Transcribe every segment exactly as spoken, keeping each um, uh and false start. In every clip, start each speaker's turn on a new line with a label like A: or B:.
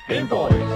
A: Game Boys.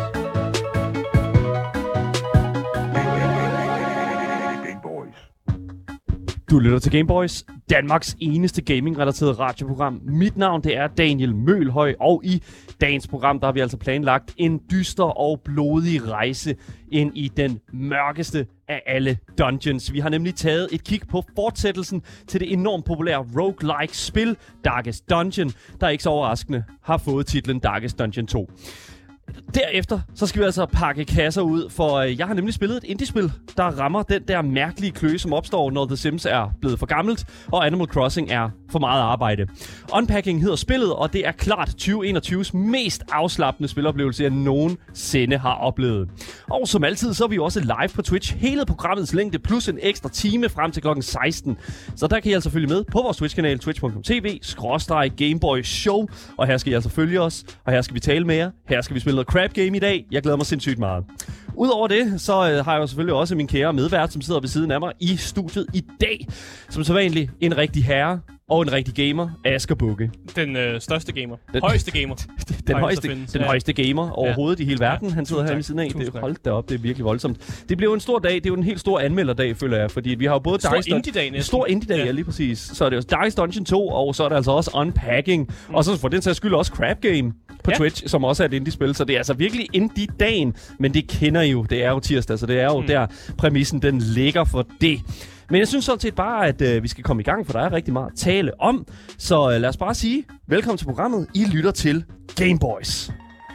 A: Du lytter til Game Boys, Danmarks eneste gaming-relateret radioprogram. Mit navn det er Daniel Mølhøj, og i dagens program der har vi altså planlagt en dyster og blodig rejse ind i den mørkeste af alle dungeons. Vi har nemlig taget et kig på fortsættelsen til det enormt populære roguelike spil Darkest Dungeon, der ikke så overraskende har fået titlen Darkest Dungeon to. Derefter så skal vi altså pakke kasser ud, for øh, jeg har nemlig spillet et indie-spil, der rammer den der mærkelige kløe, som opstår, når The Sims er blevet for gammelt, og Animal Crossing er for meget arbejde. Unpacking hedder spillet, og det er klart tyve enogtyves mest afslappende spiloplevelse, jeg nogensinde har oplevet. Og som altid, så er vi også live på Twitch, hele programmets længde, plus en ekstra time frem til klokken seksten. Så der kan I altså følge med på vores Twitch-kanal, twitch punktum tv skråstreg Gameboy Show, og her skal I altså følge os, og her skal vi tale med jer, her skal vi spille noget Crab Game i dag. Jeg glæder mig sindssygt meget. Udover det, så øh, har jeg jo selvfølgelig også min kære medvært, som sidder ved siden af mig i studiet i dag. Som så vanligt en rigtig herre og en rigtig gamer, Asger Bukke.
B: Den øh, største gamer. Den højeste gamer.
A: den højeste, den ja. højeste gamer overhovedet ja. i hele verden. Ja. Han sidder her ved siden af. Det, hold da op, det er virkelig voldsomt. Det bliver en stor dag. Det er jo en helt stor anmelderdag, føler jeg. Fordi vi har jo både
B: Stor indie-dag næsten.
A: Stor indie-dag, ja. ja lige præcis. Så er det jo Darkest Dungeon to, og så er der altså også Unpacking. Mm. Og så for den sags skyld også Crab Game på ja. Twitch, som også er et indie-spil. Så det er altså virkelig indie-dagen. Men det kender I jo. Det er jo tirsdag, så det er jo mm. der præmissen den ligger for det. Men jeg synes sådan set bare, at øh, vi skal komme i gang, for der er rigtig meget at tale om. Så øh, lad os bare sige, velkommen til programmet. I lytter til Game Boys.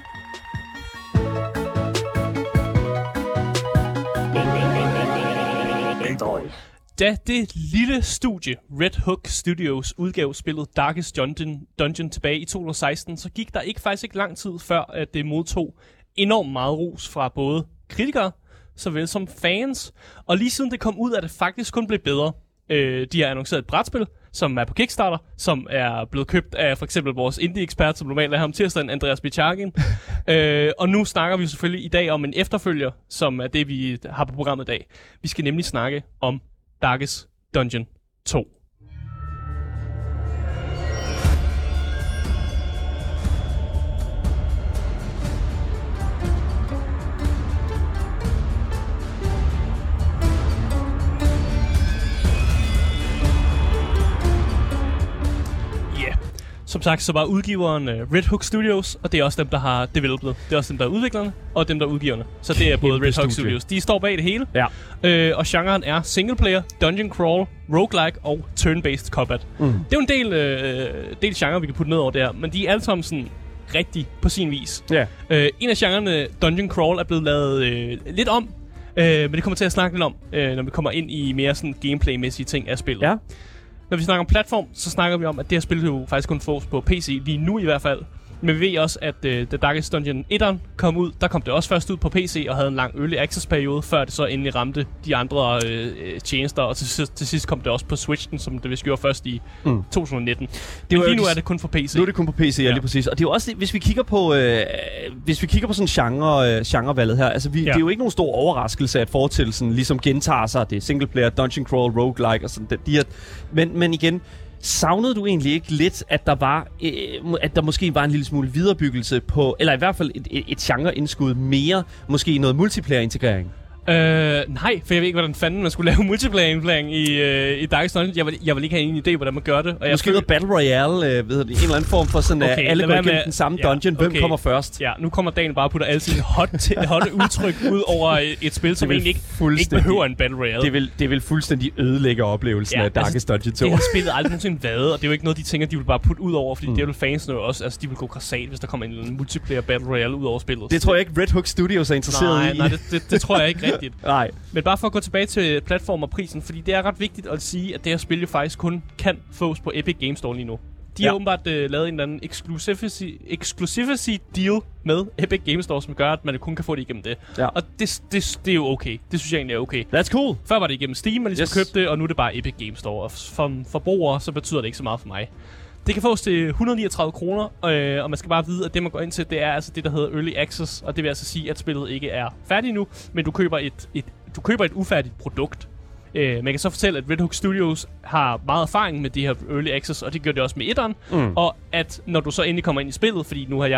B: Da det lille studie Red Hook Studios udgav spillet Darkest Dungeon, Dungeon tilbage i to tusind og seksten, så gik der ikke faktisk ikke lang tid før, at det modtog enormt meget ros fra både kritikere, såvel som fans. Og lige siden det kom ud, er det faktisk kun blevet bedre. Øh, de har annonceret et brætspil, som er på Kickstarter, som er blevet købt af for eksempel vores indie-ekspert, som normalt er her om tirsdagen, Andreas Bichargin. øh, og nu snakker vi selvfølgelig i dag om en efterfølger, som er det, vi har på programmet i dag. Vi skal nemlig snakke om Darkest Dungeon to. Som sagt, så var udgiveren uh, Red Hook Studios, og det er også dem, der har developed. Det er også dem, der er udviklerne, og dem, der er udgiverne. Så det er både Red Hook Studios. De står bag det hele. Ja. Øh, og genren er singleplayer, dungeon crawl, roguelike og turn-based combat. Mm. Det er jo en del, øh, del genre, vi kan putte ned over der, men de er alle sammen sådan rigtig på sin vis. Yeah. Øh, en af genrerne, dungeon crawl, er blevet lavet øh, lidt om, øh, men det kommer til at snakke lidt om, øh, når vi kommer ind i mere sådan gameplay-mæssige ting af spillet. Ja. Når vi snakker om platform, så snakker vi om, at det her spil jo faktisk kun fås på P C, lige nu i hvert fald. Men vi ved også, at uh, The Darkest Dungeon et kom ud. Der kom det også først ud på P C og havde en lang early access-periode, før det så endelig ramte de andre øh, tjenester. Og til, til sidst kom det også på Switchen, som det vist gjorde først i mm. to tusind nitten. Det lige nu er det kun for P C.
A: Nu er det kun på P C, ja, ja lige præcis. Og det er jo også, hvis vi kigger på, øh, hvis vi kigger på sådan genre, øh, genrevalget her, altså vi, ja. det er jo ikke nogen stor overraskelse, at fortællelsen ligesom gentager sig. Det er singleplayer, dungeon crawl, roguelike og sådan. De her, men, men igen... Savnede du egentlig ikke lidt, at der var, øh, at der måske var en lille smule viderebyggelse på, eller i hvert fald et, et, et genre-indskud mere, måske noget multiplayer-integrering?
B: Øh, nej, for jeg ved ikke, hvordan fanden man skulle lave multiplayer-indblanding i, øh, i Darkest Dungeon. Jeg vil, jeg vil ikke have en idé, hvordan man gør det. Og
A: Måske noget Battle Royale, øh, ved det, en eller anden form for sådan, okay, alle går igennem den samme ja, dungeon. Hvem okay. kommer først?
B: Ja, nu kommer dagen bare og putter alle sine hot, hotte udtryk ud over et, et spil, som egentlig ikke, ikke behøver en Battle Royale.
A: Det vil, det vil fuldstændig ødelægge oplevelsen ja, af Darkest altså, Dungeon to.
B: Det har spillet aldrig nogensinde været, og det er jo ikke noget, de tænker, de vil bare putte ud over, fordi mm. det vil fansene jo også. Altså, de vil gå grassat, hvis der kommer en multiplayer Battle Royale ud over spillet.
A: Det tror jeg ikke Red Hook Studios er interesseret
B: nej,
A: i.
B: Nej, det, det, det tror jeg ikke rigtigt. Nej. Men bare for at gå tilbage til platform og prisen, fordi det er ret vigtigt at sige, at det her spil jo faktisk kun kan fås på Epic Games Store lige nu. De ja. har åbenbart uh, lavet en eller anden exclusivity, exclusivity deal med Epic Games Store, som gør, at man kun kan få det igennem det. Ja. Og det, det, det er jo okay. Det synes jeg egentlig er okay.
A: That's cool.
B: Før var det igennem Steam, man ligesom yes. købte det, og nu er det bare Epic Games Store. Og som forbruger, så betyder det ikke så meget for mig. Det kan fås til et hundrede og niogtredive kroner, øh, og man skal bare vide, at det man går ind til, det er altså det, der hedder Early Access. Og det vil altså sige, at spillet ikke er færdigt nu, men du køber et, et, du køber et ufærdigt produkt. Øh, man kan så fortælle, at Red Hook Studios har meget erfaring med det her Early Access, og det gør det også med etteren. Mm. Og at når du så endelig kommer ind i spillet, fordi nu har jeg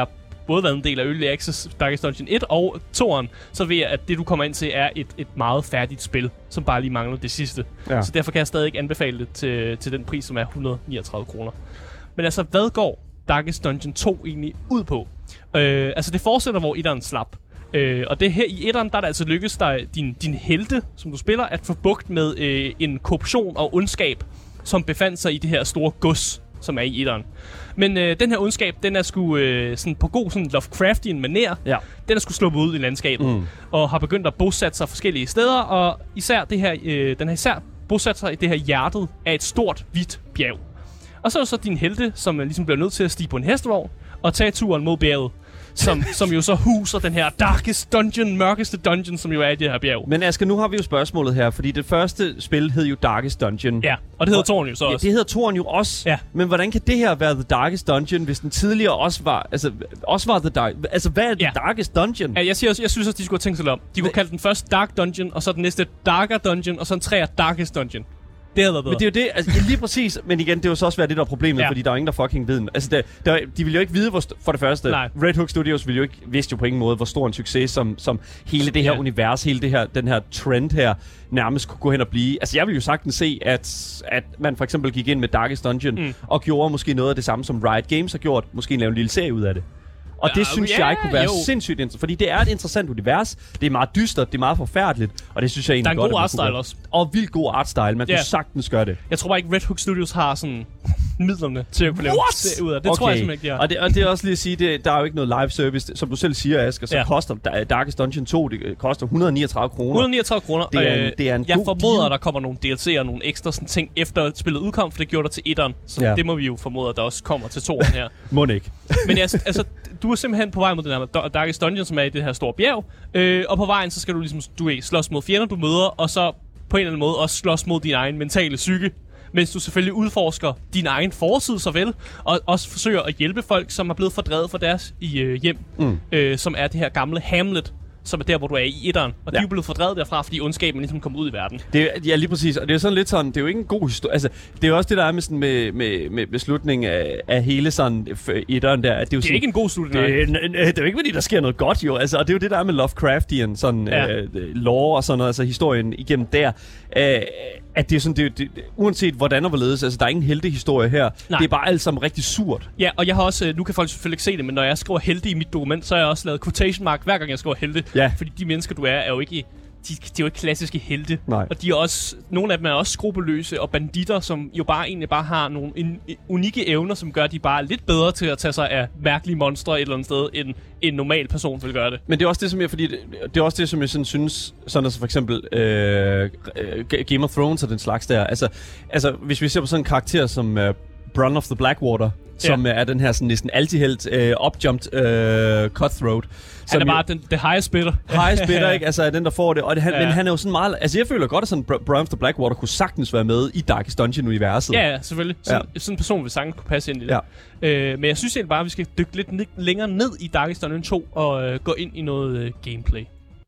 B: både været en del af Early Access Darkest Dungeon et og toeren, så ved jeg, at det du kommer ind til er et, et meget færdigt spil, som bare lige mangler det sidste. Ja. Så derfor kan jeg stadig ikke anbefale det til, til den pris, som er et hundrede og niogtredive kroner. Men altså, hvad går Darkest Dungeon to egentlig ud på? Øh, altså, det fortsætter, hvor etteren slap. Øh, og det her i etteren, der er det altså lykkedes dig, din, din helte, som du spiller, at få bugt med øh, en korruption og ondskab, som befandt sig i det her store gods, som er i etteren. Men øh, den her ondskab, den er sgu øh, sådan på god sådan Lovecraftian manér. Ja. Den er sgu sluppet ud i landskabet, mm. og har begyndt at bosætte sig forskellige steder, og især det her, øh, den har især bosat sig i det her hjertet af et stort, hvidt bjerg. Og så er så din helte, som ligesom bliver nødt til at stige på en hestevogn og tage turen mod bjerget. Som, som jo så huser den her Darkest Dungeon, mørkeste dungeon, som jo er i det her bjerg.
A: Men Asger, nu har vi jo spørgsmålet her, fordi det første spil hed jo Darkest Dungeon.
B: Ja, og det hedder toren jo så også.
A: Ja, det hedder toren jo også. Ja. Men hvordan kan det her være The Darkest Dungeon, hvis den tidligere også var, altså, også var The Dark... Altså, hvad er The ja. Darkest Dungeon?
B: Ja, jeg, siger også, jeg synes også, de skulle have tænkt sig om. De kunne kalde den første Dark Dungeon, og så den næste Darker Dungeon, og så en træer Darkest Dungeon. Det havde været bedre.
A: Men det er jo det, altså lige præcis, men igen, det er jo så også været det, der er problemet, ja. Fordi der er ingen, der fucking ved. Altså, der, der, de ville jo ikke vide, hvor st- for det første, Nej. Red Hook Studios ville jo ikke, vidste jo på ingen måde, hvor stor en succes, som, som hele det her ja. univers, hele det her, den her trend her, nærmest kunne gå hen og blive. Altså, jeg ville jo sagtens se, at, at man for eksempel gik ind med Darkest Dungeon, mm. og gjorde måske noget af det samme, som Riot Games har gjort, måske lave en lille serie ud af det. Og det uh, synes yeah, jeg kunne være jo. sindssygt interessant, fordi det er et interessant univers. Det er meget dystert, det er meget forfærdeligt, og det synes jeg egentlig godt.
B: Der er en god artstyle også.
A: Og vildt god artstyle, man yeah. kunne sagtens gøre det.
B: Jeg tror bare ikke Red Hook Studios har sådan midlerne til at kunne lave det ud af. Det okay. tror jeg simpelthen ikke, de har.
A: Og det, og det er også lige at sige, det, der er jo ikke noget live service, som du selv siger, Asger, så yeah. koster Darkest Dungeon to, det koster et hundrede og niogtredive kroner.
B: et hundrede og niogtredive kroner.
A: Det er en, det er en
B: jeg
A: god
B: formoder,
A: deal.
B: der kommer nogle D L C'er og nogle ekstra sådan ting efter spillet udkom, for det gjorde der til etteren. Så yeah. det må vi jo formode, at der også kommer til toeren her.
A: Må ikke.
B: Men altså, altså, du er simpelthen på vej mod den her Darkest Dungeon, som er i det her store bjerg. Øh, og på vejen, så skal du ligesom, du er, slås mod fjender, du møder, og så på en eller anden måde også slås mod din egen mentale psyke. Mens du selvfølgelig udforsker din egen forside så vel, og også forsøger at hjælpe folk, som er blevet fordrevet fra deres i, øh, hjem, mm. øh, som er det her gamle Hamlet, som er der, hvor du er i etteren. Og ja. de er jo blevet fordrevet derfra, fordi ondskaben ligesom kom ud i verden.
A: Det er, ja, lige præcis. Og det er sådan lidt sådan, det er jo ikke en god historie. Altså, det er jo også det, der er med, sådan, med, med, med beslutningen af, af hele sådan etteren der. At det er, jo
B: det er
A: sådan,
B: ikke en god slutning.
A: Det, det, det er jo ikke, fordi der sker noget godt, jo. Altså, og det er jo det, der er med Lovecraftian, sådan ja. øh, lore og sådan noget, altså historien igennem der. Øh, at det er sådan, det, det, det, uanset hvordan og hvorledes, altså der er ingen heltehistorie her. Nej. Det er bare alt sammen rigtig surt.
B: Ja, og jeg har også, nu kan folk selvfølgelig ikke se det, men når jeg skriver helte i mit dokument, så har jeg også lavet quotation mark hver gang jeg skriver helte. Ja. Fordi de mennesker, du er, er jo ikke, de, de er jo ikke klassiske helte. Nej. Og de er også, nogle af dem er også skrupelløse og banditter, som jo bare egentlig bare har nogle en, en, unikke evner, som gør, at de bare er lidt bedre til at tage sig af mærkelige monstre et eller andet sted, end en normal person vil gøre det.
A: Men det er også det, som jeg, fordi det, det er også det, som jeg sådan synes, sådan altså for eksempel øh, Game of Thrones og den slags der. Altså, altså hvis vi ser på sådan en karakter som øh, Bronn of the Blackwater, som ja. er den her sådan næsten altihelt øh, upjumped øh, cutthroat.
B: Han er bare den, the highest bidder.
A: Highest bidder, ikke? Altså er den, der får det. Og det, han, ja. Men han er jo sådan meget... Altså jeg føler godt, at sådan Bronn of the Blackwater kunne sagtens være med i Darkest Dungeon-universet.
B: Ja, ja, selvfølgelig. Sådan, ja. sådan en person vil sagtens kunne passe ind i det. Ja. Øh, men jeg synes egentlig bare, at vi skal dykke lidt ned, længere ned i Darkest Dungeon to og øh, gå ind i noget øh, gameplay.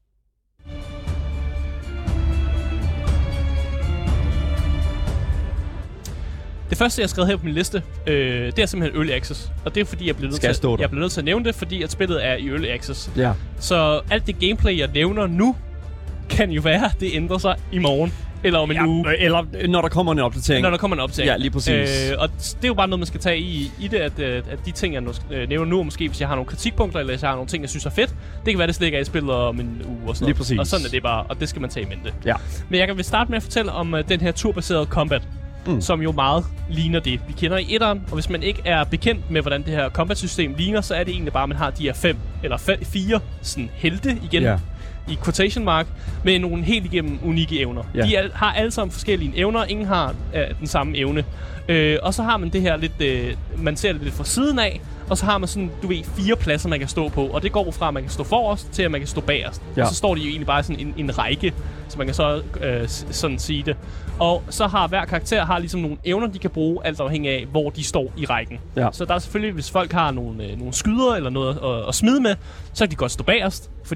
B: Det første, jeg har skrevet her på min liste, øh, det er simpelthen Early Access. Og det er fordi, jeg bliver nødt, til, jeg bliver nødt til at nævne det, fordi at spillet er i Early Access. Ja. Så alt det gameplay, jeg nævner nu, kan jo være, det ændrer sig i morgen. Eller om en ja, uge.
A: Eller når der kommer en opdatering.
B: Når der kommer en opdatering.
A: Ja, lige præcis.
B: Øh, og det er jo bare noget, man skal tage i, i det, at, at de ting, jeg nævner nu, måske hvis jeg har nogle kritikpunkter, eller hvis jeg har nogle ting, jeg synes er fedt, det kan være, det slet ikke er i spillet om en uge og sådan
A: lige præcis.
B: Og sådan er det bare, og det skal man tage i mente.
A: Ja.
B: Men jeg kan vil starte med at fortælle om uh, den her turbaserede combat. Mm. Som jo meget ligner det, vi kender i etteren. Og hvis man ikke er bekendt med, hvordan det her combat-system ligner, så er det egentlig bare, at man har de her fem eller fe- fire sådan helte igen, yeah. i quotation mark, med nogle helt igennem unikke evner. Yeah. De er, har alle sammen forskellige evner. Ingen har øh, den samme evne. Øh, og så har man det her lidt... Øh, man ser det lidt fra siden af, og så har man sådan, du ved, fire pladser, man kan stå på. Og det går fra, at man kan stå forrest, til at man kan stå bagerst. Ja. Og så står de jo egentlig bare sådan en, en række, så man kan så øh, sådan sige det. Og så har hver karakter har ligesom nogle evner, de kan bruge, alt afhængig af, hvor de står i rækken. Ja. Så der er selvfølgelig, hvis folk har nogle, øh, nogle skyder eller noget at, at smide med, så kan de godt stå bagerst, fordi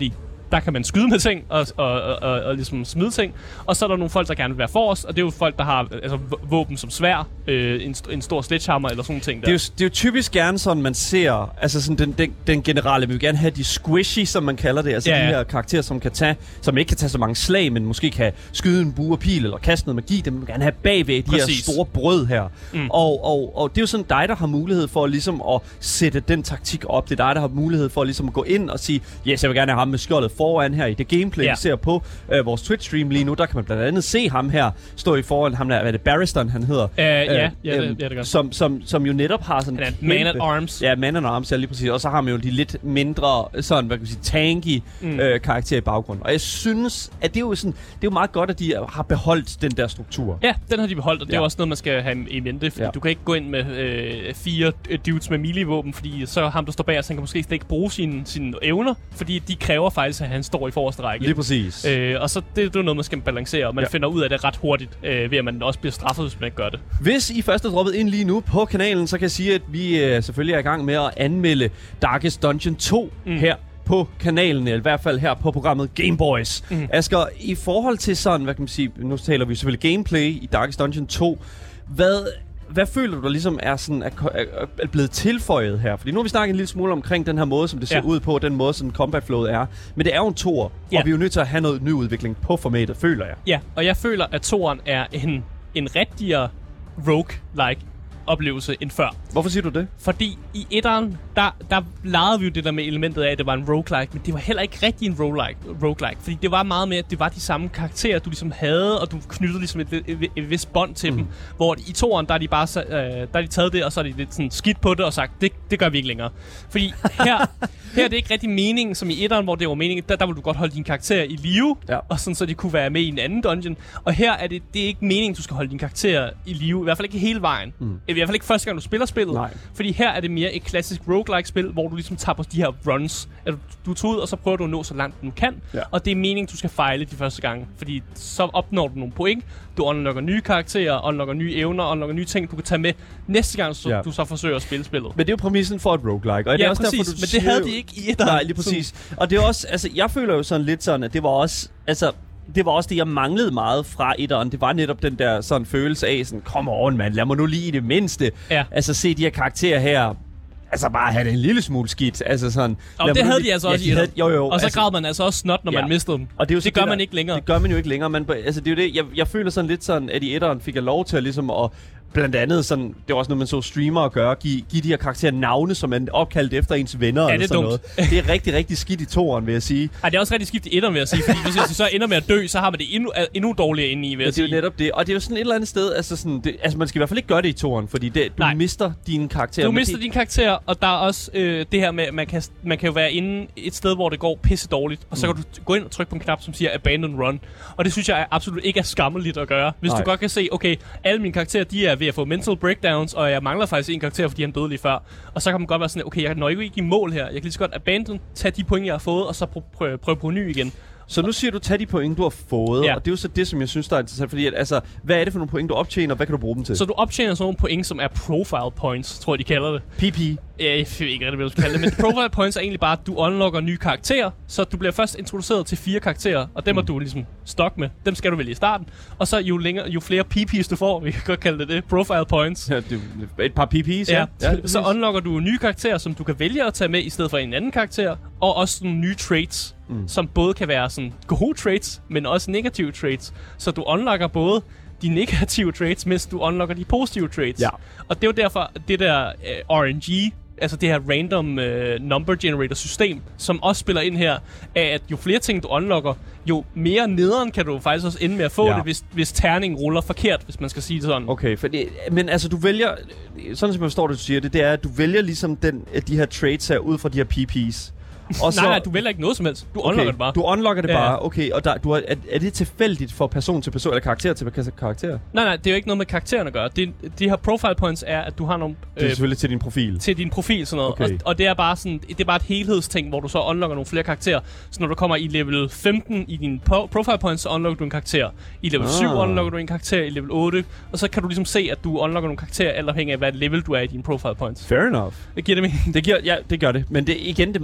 B: der kan man skyde med ting og, og, og, og, og ligesom smide ting. Og så er der nogle folk, der gerne vil være forrest, og det er jo folk, der har altså, våben som sværd, øh, en, en stor sledgehammer eller sådan nogle ting der.
A: Det er, jo, det er jo typisk gerne sådan, man ser, altså sådan den, den, den generelle, vi vil gerne have de squishy, som man kalder det, altså ja, ja. de her karakterer, som kan tage, som ikke kan tage så mange slag, men måske kan skyde en bue og pil, eller kaste noget magi, dem vil man gerne have bagved de Præcis. her store brød her. Mm. Og, og, og det er jo sådan dig, der har mulighed for ligesom at sætte den taktik op. Det er dig, der har mulighed for ligesom at gå ind og sige, yes, jeg vil gerne have ham med skjoldet foran her i det gameplay, ja. vi ser på øh, vores Twitch-stream lige nu. Der kan man blandt andet se ham her stå i foran, ham der, hvad er det, Barristan, han hedder?
B: Uh, ja, øh, ja, det, ja, det gør.
A: Som, som, som jo netop har sådan...
B: Ja, man at arms.
A: Ja, man at arms, ja, lige præcis. Og så har man jo de lidt mindre, sådan, hvad kan man sige, tanky mm. øh, karakterer i baggrunden. Og jeg synes, at det er jo sådan, det er jo meget godt, at de har beholdt den der struktur.
B: Ja, den har de beholdt, og det ja. er også noget, man skal have i mente, fordi ja. du kan ikke gå ind med øh, fire dudes med melee-våben, fordi så ham, der står bag os, han kan måske ikke bruge sine, sine evner, fordi de kræver faktisk, at han står i forreste række.
A: Lige præcis.
B: Øh, og så det, det er noget, man skal balancere, og man ja. finder ud af det ret hurtigt, øh, ved at man også bliver straffet, hvis man ikke gør det.
A: Hvis I først er droppet ind lige nu på kanalen, så kan jeg sige, at vi øh, selvfølgelig er i gang med at anmelde Darkest Dungeon to mm. her på kanalen, eller i hvert fald her på programmet Game Boys. Mm. Asger, i forhold til sådan, hvad kan man sige, nu taler vi selvfølgelig gameplay i Darkest Dungeon to, hvad... Hvad føler du, der ligesom er, sådan, er, er, er blevet tilføjet her? Fordi nu har vi snakket en lille smule omkring den her måde, som det ser ja. ud på, den måde, som combat-flowet er. Men det er jo en toer, ja. og vi er jo nødt til at have noget ny udvikling på formatet, føler jeg.
B: Ja, og jeg føler, at toeren er en, en rigtigere rogue-like oplevelse end før.
A: Hvorfor siger du det?
B: Fordi i etteren, der, der legede vi jo det der med elementet af, at det var en roguelike, men det var heller ikke rigtig en roguelike, roguelike fordi det var meget mere, at det var de samme karakterer, du ligesom havde, og du knyttede ligesom et, et, et, et vist bånd til mm. dem. Hvor i toeren, der er de bare øh, der er de taget det, og så er de lidt sådan skidt på det og sagt, det, det gør vi ikke længere. Fordi her, her er det ikke rigtig meningen, som i etteren, hvor det var meningen, der, der vil du godt holde din karakter i live, ja. og sådan, så de kunne være med i en anden dungeon. Og her er det, det er ikke meningen, du skal holde din karakter i live, i hvert fald ikke hele vejen. Mm. I hvert fald ikke første gang, du spiller spillet. Nej. Fordi her er det mere et klassisk roguelike-spil, hvor du ligesom tager på de her runs. At du, du tager ud, og så prøver du at nå så langt du kan. Ja. Og det er meningen, du skal fejle de første gange. Fordi så opnår du nogle point. Du unlocker nye karakterer, unlocker nye evner, unlocker nye ting, du kan tage med næste gang, så ja. du så forsøger at spille spillet.
A: Men det er jo præmissen for et roguelike. Og
B: ja,
A: det er også
B: præcis.
A: Derfor, du
B: men det havde de ikke i etteren.
A: Nej, lige præcis. Sådan. Og det er også, altså, jeg føler jo sådan lidt sådan, at det var også, altså, det var også det, jeg manglede meget fra etteren. Det var netop den der sådan følelse af sådan, come on, man, lad mig nu lige i det mindste. Ja. Altså, se de her karakterer her, altså bare have det en lille smule skidt. Altså sådan,
B: og det havde lige, de altså også ja, i havde,
A: jo, jo,
B: Og så
A: altså,
B: græd man altså også snot, når ja. man mistede dem. Og det, er jo det gør det der, man ikke længere.
A: Det gør man jo ikke længere. Man, altså, det er jo det, jeg, jeg føler sådan lidt sådan, at i etteren fik jeg lov til at ligesom at blandt andet sådan, det var også noget, man så streamere gøre, give, give de her karakterer navne, som er opkaldt efter ens venner.
B: Ja, det er
A: eller sådan
B: dumt.
A: Noget. Det er rigtig, rigtig skidt i toeren, vil jeg sige.
B: Ej, det er også rigtig skidt i etteren, vil jeg sige. Fordi hvis jeg så ender med at dø, så har man det endnu, endnu dårligere inde i, vil jeg
A: ja,
B: sige.
A: det er jo netop det. Og det er jo sådan et eller andet sted, altså sådan, det, altså man skal i hvert fald ikke gøre det i toeren, fordi det, du Nej. mister dine karakterer.
B: Du mister dine karakterer, og der er også øh, det her med, man kan, man kan jo være inde et sted, hvor det går pisse dårligt, og så mm. kan du gå ind og trykke på en knap, som siger Abandon Run. Og det synes jeg absolut ikke er skammeligt at gøre. Hvis Nej. du godt kan se, okay, alle mine karakterer, de er ved at få mental breakdowns, og jeg mangler faktisk en karakter, fordi han døde lige før. Og så kan man godt være sådan, okay, jeg når ikke i mål her. Jeg kan lige så godt abandon, tage de point, jeg har fået, og så prøve prøv, prøv på ny igen.
A: Så nu siger du, tag de point, du har fået, ja. og det er jo så det, som jeg synes, der er interessant, fordi at, altså, hvad er det for nogle point, du optjener, og hvad kan du bruge dem til?
B: Så du optjener sådan nogle point, som er profile points, tror jeg, de kalder det.
A: P P.
B: Ja, jeg ved ikke rigtig, hvad du skal kalde det, men profile points er egentlig bare, at du unlocker nye karakterer, så du bliver først introduceret til fire karakterer, og dem mm. er du ligesom stok med. Dem skal du vælge i starten, og så jo længere, jo flere P P's du får, vi kan godt kalde det det, profile points.
A: Ja, det er et par P P's, ja.
B: ja. ja så unlocker du nye karakterer, som du kan vælge at tage med, i stedet for en anden karakter, og også nogle nye traits, mm. som både kan være sådan gode traits, men også negative traits. Så du unlocker både de negative traits, mens du unlocker de positive traits. Ja. Og det er jo derfor, det der uh, R N G, altså det her random uh, number generator system, som også spiller ind her, er, at jo flere ting du unlocker, jo mere nederen kan du faktisk også ende med at få ja. det, hvis, hvis terningen ruller forkert, hvis man skal sige det sådan.
A: Okay, for det, men altså du vælger, sådan som jeg forstår det, du siger det, det er, at du vælger ligesom den, de her traits her ud fra de her P P's.
B: Og så, nej, nej, du vælger ikke noget som helst. Du okay, unlocker det bare.
A: Du unlocker det ja. bare, okay. Og der, du er, er, er det tilfældigt for person til person, eller karakter til karakter?
B: Nej, nej, det er jo ikke noget med karakteren at gøre. Det, de her profile points er, at du har nogle...
A: Det er øh, selvfølgelig til din profil.
B: Til din profil, sådan noget. Okay. Og, og det er bare sådan, det er bare et helhedsting, hvor du så unlocker nogle flere karakterer. Så når du kommer i level femten i din po- profile points, så unlocker du en karakter. I level ah. syv unlocker du en karakter, i level otte. Og så kan du ligesom se, at du unlocker nogle karakterer, alt afhængig af, hvad level du er i din profile points.
A: Fair enough.
B: Det giver det mening.
A: Det giver, ja, det gør det. Men det, igen, det er meget sjovt,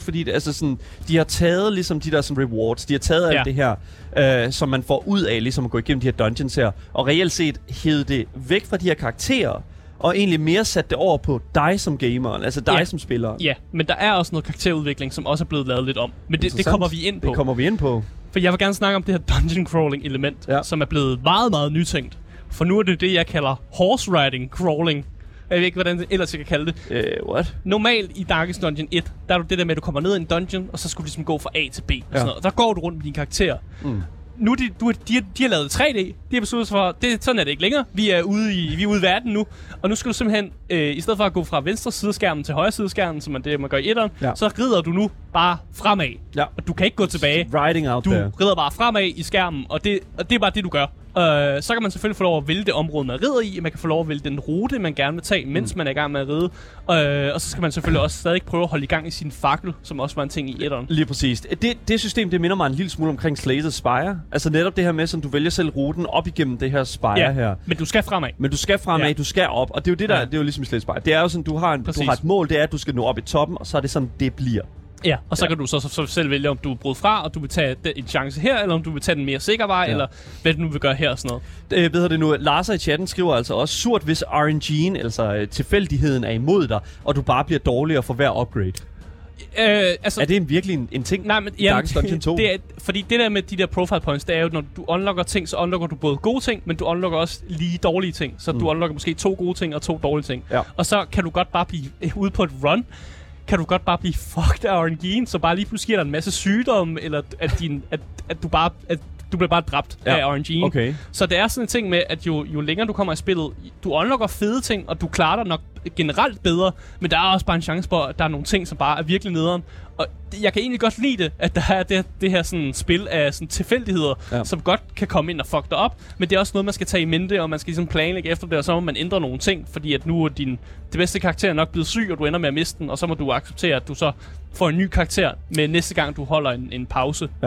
A: fordi det, altså sådan, de har taget ligesom de der sådan rewards, de har taget
B: ja.
A: alt det her, øh, som man får ud af ligesom at gå igennem de her dungeons her, og reelt set hævet det væk fra de her karakterer, og egentlig mere sat det over på dig som gamer, altså dig
B: ja.
A: som spiller.
B: Ja, men der er også noget karakterudvikling, som også er blevet lavet lidt om. Men det, det kommer vi ind på.
A: Det kommer vi ind på.
B: For jeg vil gerne snakke om det her dungeon crawling element, ja. som er blevet meget, meget nytænkt. For nu er det det, jeg kalder horse riding crawling. Jeg ved ikke, hvordan det ellers jeg kan kalde det.
A: Uh, what?
B: Normalt i Darkest Dungeon et, der er du det der med, at du kommer ned i en dungeon, og så skal du ligesom gå fra A til B. Og sådan noget. Og der går du rundt med dine karakterer. Mm. Nu er de, du, de, de har lavet tre D. De har besluttet sig for, det, sådan er det ikke længere. Vi er ude i, vi er ude i verden nu. Og nu skal du simpelthen, øh, i stedet for at gå fra venstre side af skærmen til højre side af skærmen, som man det man gør i etteren, ja. så rider du nu bare fremad. Ja. Og du kan ikke gå tilbage.
A: Riding out
B: du
A: there.
B: rider bare fremad i skærmen, og det, og det er bare det, du gør. Uh, så kan man selvfølgelig få lov at vælge det område, man rider i. Man kan få lov at vælge den rute, man gerne vil tage, mens mm. man er i gang med at ride. Uh, og så skal man selvfølgelig også stadig prøve at holde i gang i sin fakkel, som også var en ting i etteren.
A: Lige præcis. Det, det system, det minder mig en lille smule omkring Slay the Spire. Altså netop det her med, som du vælger selv ruten op igennem det her spire ja, her.
B: Men du skal fremad.
A: Men du skal fremad, ja. du skal op. Og det er jo det, der, ja. det er jo ligesom i Slay the Spire. Det er jo sådan, du har, en, du har et mål, det er, at du skal nå op i toppen, og så er det sådan, det bliver.
B: Ja, og så ja. kan du så, så, så selv vælge, om du er brudt fra, og du vil tage en chance her, eller om du vil tage den mere sikre vej, ja. eller hvad du nu vil gøre her og sådan noget.
A: Øh, ved det nu, Lars i chatten skriver altså også, surt hvis R N G'en, altså tilfældigheden, er imod dig, og du bare bliver dårligere for hver upgrade. Øh, altså, er det en virkelig en, en ting?
B: Nej, men jamen, det er, fordi det der med de der profile points, det er jo, når du unlocker ting, så unlocker du både gode ting, men du unlocker også lige dårlige ting. Så mm. du unlocker måske to gode ting og to dårlige ting. Ja. Og så kan du godt bare blive ude på et run, kan du godt bare blive fucked af R N G'en, så bare lige pludselig giver dig en masse sygdomme, eller at, din, at, at du bare... At du bliver bare dræbt ja. af R N G'en.
A: Okay.
B: Så det er sådan en ting med, at jo, jo længere du kommer i spillet, du unlocker fede ting, og du klarer dig nok generelt bedre, men der er også bare en chance for, at der er nogle ting, som bare er virkelig nederen. Og det, jeg kan egentlig godt lide det, at der er det, det her sådan spil af sådan tilfældigheder, ja. som godt kan komme ind og fuck dig op, men det er også noget, man skal tage i mente, og man skal ligesom planlægge efter det, og så må man ændre nogle ting, fordi at nu er din det bedste karakter nok blevet syg, og du ender med at miste den, og så må du acceptere, at du så får en ny karakter med næste gang, du holder en, en pause. Ja.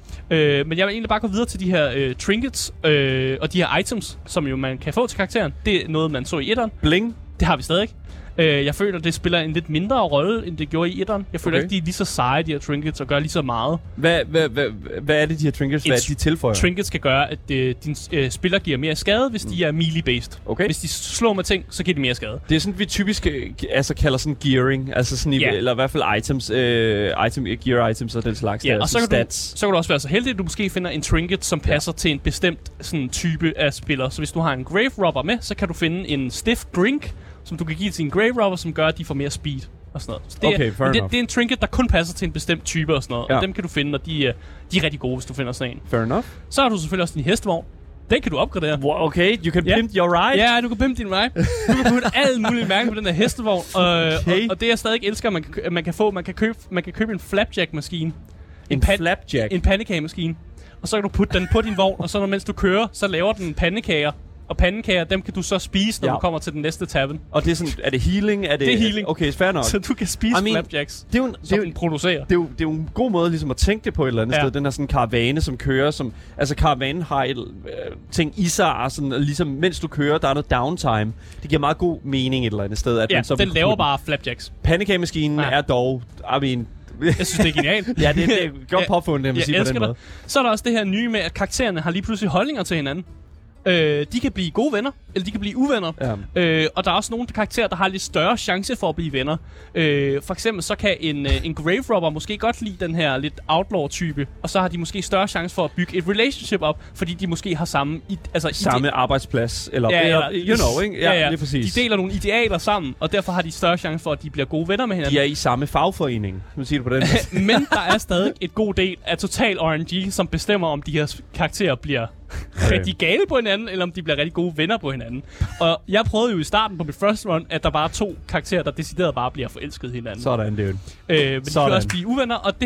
B: Øh, men jeg vil egentlig bare gå videre til de her øh, trinkets øh, og de her items, som jo man kan få til karakteren. Det er noget, man så i etteren.
A: Bling.
B: Det har vi stadig. Øh, jeg føler, det spiller en lidt mindre rolle, end det gjorde i etteren. Jeg føler okay. ikke, de er lige så seje, de her trinkets, og gør lige så meget. Hvad, hvad, hvad, hvad er det, de her trinkets? Hvad er de tilføjer? Trinkets skal gøre, at øh, din øh, spiller giver mere skade, hvis mm. de er melee-based. Okay. Hvis de slår med ting, så giver de mere skade. Det er sådan, vi typisk altså, kalder sådan gearing, altså sådan i, yeah. eller i hvert fald items, øh, item, gear items og den slags. Ja, der, og så kan, stats. Du, så kan du også være så heldig, at du måske finder en trinket, som passer ja. til en bestemt sådan, type af spiller. Så hvis du har en grave robber med, så kan du finde en stiff drink, som du kan give til en grave robber, som gør, at de får mere speed og sådan noget. Så det, okay, er, det, det er en trinket, der kun passer til en bestemt type og sådan noget. Ja. Og dem kan du finde, og de, de er rigtig gode, hvis du finder sådan en. Fair enough. Så har du selvfølgelig også din hestevogn. Den kan du opgradere. Wow, okay, you can yeah. pimp your ride. Ja, du kan pimpe din ride. Du kan putte alt muligt mærke på den der hestevogn. Og, okay. og, og det jeg stadig elsker, man kan, man kan få, man kan købe, man kan købe en flapjack-maskine. En, en pan- flapjack? En pandekagemaskine. Og så kan du putte den på din vogn, og så når, mens du kører, så laver den pandekager. Og pandekager, dem kan du så spise, når ja. du kommer til den næste tavern. Og det er sådan, er det healing? Er det, det er healing. Okay, fair nok. Så du kan spise I mean, flapjacks, det er jo, som den producerer. Det er, jo, det er jo en god måde ligesom at tænke det på et eller andet ja. sted. Den her sådan karavane, som kører, som... Altså, karavanen har et øh, ting i sig, og sådan, ligesom mens du kører, der er noget downtime. Det giver meget god mening et eller andet sted. At ja, man så den laver bare flapjacks. Pandekagemaskinen ja. er dog... I mean... Jeg synes, det er genialt. Ja, det, det er godt påfundet, jeg må sige på den måde. Så er der også det her nye med, at karaktererne har lige pludselig holdninger til hinanden. Øh, de kan blive gode venner, eller de kan blive uvenner. Ja. Øh, og der er også nogle karakterer, der har lidt større chance for at blive venner. Øh, for eksempel så kan en, øh, en grave robber måske godt lide den her lidt outlaw-type, og så har de måske større chance for at bygge et relationship op, fordi de måske har samme... I, altså samme ide- arbejdsplads, eller... Ja, eller you know, ikke? Ja, ja, ja. Det er præcis. De deler nogle idealer sammen, og derfor har de større chance for, at de bliver gode venner med hinanden. De er i samme fagforening, man siger det på den måde. Men der er stadig et god del af total R N G, som bestemmer, om de her karakterer bliver... Okay. rigtig gale på hinanden, eller om de bliver rigtig gode venner på hinanden. Og jeg prøvede jo i starten på mit first run, at der bare er to karakterer, der decideret bare bliver forelsket hinanden. Sådan, dude. Øh, men Sådan. De kan også blive uvenner, og det her,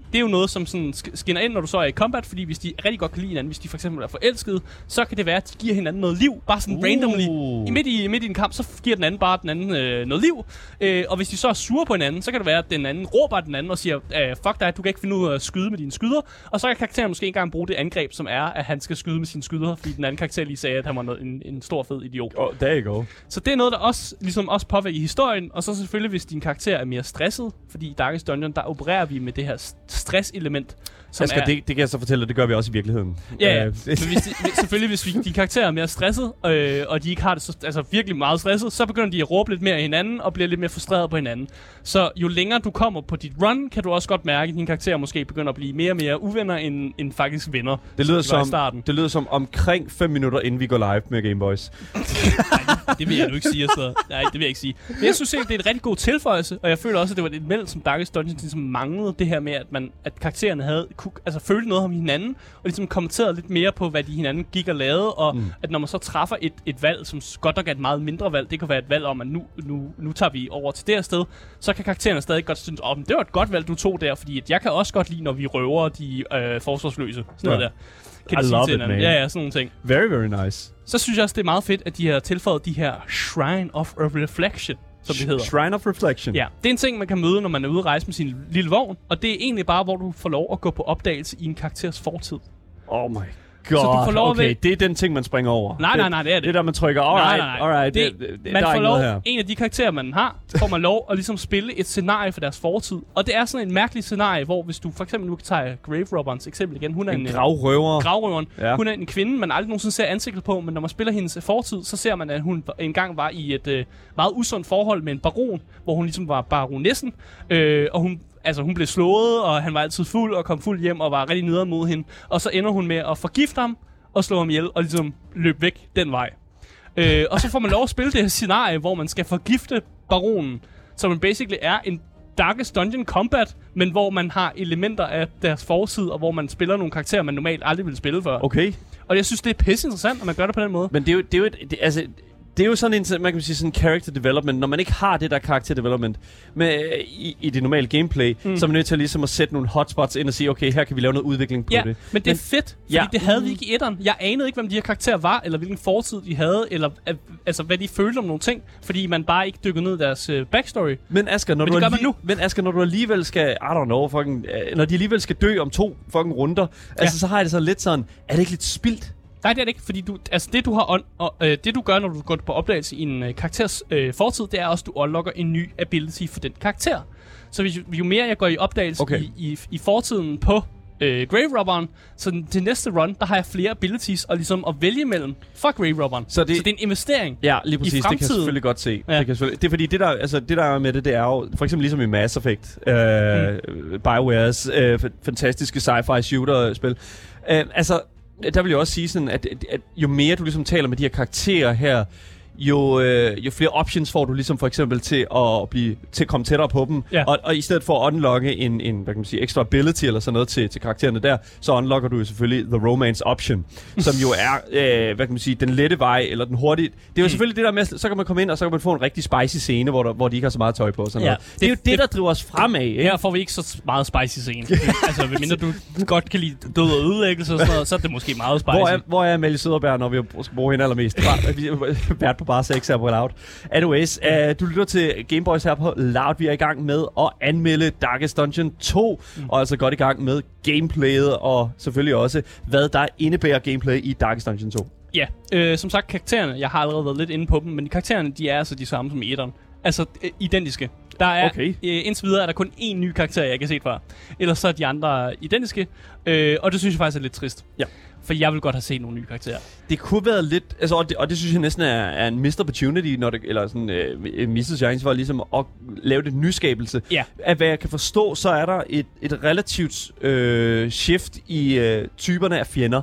B: det er jo noget, som sådan skinner ind, når du så er i combat, fordi hvis de rigtig godt kan lide hinanden, hvis de for eksempel er forelskede, så kan det være, at de giver hinanden noget liv, bare sådan uh. randomly. I midt, i midt i en kamp, så giver den anden bare den anden øh, noget liv, øh, og hvis de så er sure på hinanden, så kan det være, at den anden råber den anden og siger, øh, fuck dig, du kan ikke finde ud af at skyde med dine skyder, og så kan karakteren måske engang bruge det angreb, som er, at han skal skyde med sine skyder, fordi den anden karakter lige sagde, at han var noget, en, en stor fed idiot.
A: Oh, there you go. Så
B: det er noget, der også, ligesom også påvirker i historien, og så selvfølgelig, hvis din karakter er mere stresset, fordi i Darkest Dungeon, der opererer vi med det her stress-element.
A: Som skal, er, det, det kan jeg så fortælle, det gør vi også i virkeligheden.
B: Ja, ja. Men hvis de, selvfølgelig, hvis vi, de karakterer er mere stresset, øh, og de ikke har det så, altså virkelig meget stresset, så begynder de at råbe lidt mere af hinanden, og bliver lidt mere frustreret på hinanden. Så jo længere du kommer på dit run, kan du også godt mærke, at dine karakterer måske begynder at blive mere og mere uvenner, end, end faktisk venner.
A: Det lyder, som, det lyder som omkring fem minutter, inden vi går live med Game Boys.
B: Nej, det, det vil jeg nu ikke sige. Altså. Nej, det vil jeg ikke sige. Men jeg synes ikke, det er en rigtig god tilføjelse, og jeg føler også, at det var et meld, som Darkest Dungeon ligesom manglede det her med, at, man, at karaktererne havde kunne, altså, følte noget om hinanden, og ligesom kommenterede lidt mere på, hvad de hinanden gik og lavede, og mm. at når man så træffer et, et valg, som godt nok er et meget mindre valg, det kan være et valg om, at nu, nu, nu tager vi over til det her sted, så kan karaktererne stadig godt synes, åh, oh, det var et godt valg, du tog der, fordi at jeg kan også godt lide, når vi røver de øh, forsvarsløse. Sådan yeah. noget der. Kan
A: I love it, man.
B: Ja, ja, sådan nogle ting.
A: Very, very nice.
B: Så synes jeg også, det er meget fedt, at de har tilføjet de her Shrine of Reflection, som det hedder.
A: Shrine of Reflection.
B: Ja, det er en ting, man kan møde, når man er ude at rejse med sin lille vogn, og det er egentlig bare, hvor du får lov at gå på opdagelse i en karakters fortid.
A: Oh my god. God, så du får lov okay, ved... det er den ting, man springer over.
B: Nej, nej, nej, det er det.
A: Det er der, man trykker, alright, nej, nej, nej. alright.
B: Det, det, det, man får lov, her. En af de karakterer, man har, får man lov at ligesom spille et scenarie for deres fortid. Og det er sådan en mærkelig scenarie, hvor hvis du for eksempel nu kan tage Grave Robberens eksempel igen. Hun er en,
A: en gravrøver.
B: Gravrøveren. Ja. Hun er en kvinde, man aldrig nogensinde ser ansigtet på, men når man spiller hendes fortid, så ser man, at hun engang var i et øh, meget usundt forhold med en baron, hvor hun ligesom var baronessen, øh, og hun Altså, hun blev slået, og han var altid fuld og kom fuld hjem og var rigtig nederen mod hende. Og så ender hun med at forgifte ham og slå ham ihjel og ligesom løbe væk den vej. Øh, og så får man lov at spille det her scenarie, hvor man skal forgifte baronen, som basically er en Darkest Dungeon combat, men hvor man har elementer af deres forside, og hvor man spiller nogle karakterer, man normalt aldrig ville spille før.
A: Okay.
B: Og jeg synes, det er pisse interessant, at man gør det på den måde.
A: Men det er jo, det er jo et, det, altså... Det er jo sådan en, man kan sige, sådan character development. Når man ikke har det der character development med, i, i det normale gameplay, mm. så er man nødt til ligesom at sætte nogle hotspots ind og sige, okay, her kan vi lave noget udvikling på
B: ja,
A: det.
B: men det er men, fedt, fordi ja. det havde vi ikke i etteren. Jeg anede ikke, hvem de her karakterer var, eller hvilken fortid de havde, eller altså, hvad de følte om nogle ting, fordi man bare ikke dykkede ned i deres uh, backstory.
A: Men Asger, når,
B: men
A: du,
B: alli-
A: man nu. Men Asger, når du alligevel skal, I don't know, fucking, uh, når de alligevel skal dø om to fucking runder, ja. altså så har jeg det så lidt sådan, er det ikke lidt spildt?
B: Nej, det er det ikke, fordi du, altså det du har on, og, øh, det du gør, når du går på opdagelse i en øh, karakters øh, fortid, det er også, at du unlocker en ny ability for den karakter. Så hvis, jo mere jeg går i opdagelse okay. i, i, i fortiden på øh, Grave Robberen, så til næste run, der har jeg flere abilities og ligesom at vælge mellem for Grave Robberen. Så det, så det er en investering.
A: Ja, lige præcis. Det kan jeg selvfølgelig godt se. Ja. Det, kan selvfølgelig, det er fordi, det der, altså, det der er med det, det er jo, for eksempel ligesom i Mass Effect, øh, mm. BioWares øh, fantastiske sci-fi shooter-spil. Øh, altså, der vil jeg også sige sådan, at, at, at jo mere du ligesom taler med de her karakterer her, jo, øh, jo flere options får du ligesom for eksempel til at blive til at komme tættere på dem. Ja. Og, og i stedet for at unlocke en, en hvad kan man sige, ekstra ability eller sådan noget til, til karaktererne der, så unlocker du jo selvfølgelig the romance option, som jo er, øh, hvad kan man sige, den lette vej, eller den hurtige. Det er jo mm. selvfølgelig det der med, så kan man komme ind, og så kan man få en rigtig spicy scene, hvor, der, hvor de ikke har så meget tøj på. Sådan ja. noget. Det, det er jo det, det, der driver os fremad. Ikke?
B: Her får vi ikke så meget spicy scene. Altså, mindre du godt kan lide død og ødelæggelse og sådan noget, så er det måske meget spicy. Hvor er,
A: hvor er Amalie Søderberg, når vi skal bruge hende allermest? Vært på bare sex her på Loud. Anyways, uh, du lytter til Gameboys her på Loud. Vi er i gang med at anmelde Darkest Dungeon to, mm. og altså godt i gang med gameplayet, og selvfølgelig også, hvad der indebærer gameplay i Darkest Dungeon to.
B: Ja, øh, som sagt, karaktererne, jeg har allerede været lidt inde på dem, men karaktererne, de er altså de samme som i etteren. Altså, øh, identiske. Der er, okay. øh, indtil videre er der kun én ny karakter, jeg ikke har set før. Ellers så er de andre identiske, øh, og det synes jeg faktisk er lidt trist. Ja. For jeg vil godt have set nogle nye karakterer.
A: Det kunne være lidt, altså, og, det, og det synes jeg næsten er, er en missed opportunity, når det, eller sådan øh, missed chance for ligesom at lave det nyskabelse. Ja. At hvad jeg kan forstå, så er der et, et relativt øh, shift i øh, typerne af fjender.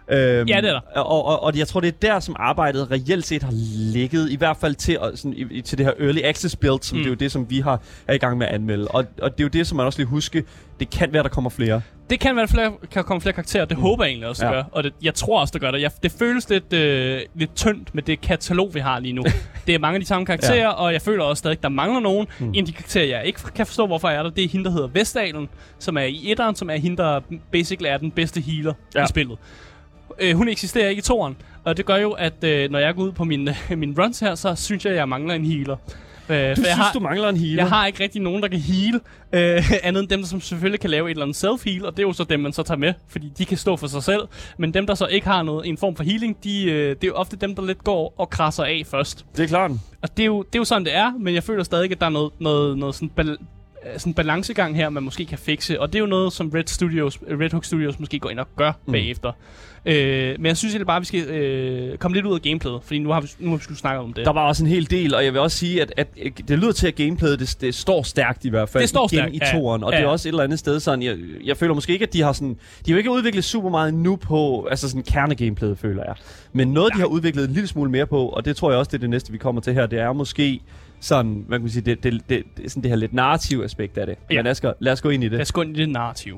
A: Øhm,
B: ja, det er der.
A: Og, og, og jeg tror, det er der, som arbejdet reelt set har ligget, i hvert fald til, sådan, i, til det her Early Access build, som mm. det er jo det, som vi har er i gang med at anmelde. Og, og det er jo det, som man også lige huske, det kan være, der kommer flere.
B: Det kan være, der kan komme flere karakterer. Det mm. håber jeg egentlig også, det ja. gør. Og det, jeg tror også, det gør det. Jeg, det føles lidt, øh, lidt tyndt med det katalog, vi har lige nu. Det er mange af de samme karakterer, ja. og jeg føler også stadig, der mangler nogen. Mm. En af de karakterer, jeg ikke kan forstå, hvorfor er der, det er hende, der hedder Vestdalen, som er i etteren, som er hende, der basically er den bedste healer ja. i spillet. Øh, hun eksisterer ikke i toeren, og det gør jo, at øh, når jeg går ud på min, øh, min runs her, så synes jeg, at jeg mangler en healer.
A: Øh, du synes,
B: har,
A: du mangler en healer?
B: Jeg har ikke rigtig nogen, der kan heal, øh, andet end dem, der som selvfølgelig kan lave et eller andet self-heal, og det er jo så dem, man så tager med, fordi de kan stå for sig selv. Men dem, der så ikke har noget en form for healing, de, øh, det er jo ofte dem, der lidt går og krasser af først.
A: Det er klart.
B: Og det er jo, det er jo sådan, det er, men jeg føler stadig, at der er noget, noget, noget sådan, bal- sådan balancegang her, man måske kan fikse, og det er jo noget, som Red, Studios, Red Hook Studios måske går ind og gør mm. bagefter. Øh, men jeg synes egentlig bare, at vi skal øh, komme lidt ud af gameplayet, fordi nu har vi, nu har vi skulle snakke om det.
A: Der var også en hel del, og jeg vil også sige, at, at det lyder til, at gameplayet det, det står stærkt i hvert fald.
B: Det står
A: igen
B: stærkt,
A: i toeren,
B: ja.
A: og
B: ja.
A: det er også et eller andet sted sådan, jeg, jeg føler måske ikke, at de har sådan, de har jo ikke udviklet super meget nu på, altså sådan kernegameplayet, føler jeg. Men noget, ja. de har udviklet en lille smule mere på, og det tror jeg også, det er det næste, vi kommer til her, det er måske sådan, hvad kan man sige, det, det, det, det, sådan det her lidt narrative aspekt af det. Ja. Men lad os, lad os gå ind i det.
B: Lad os gå ind i det narrative.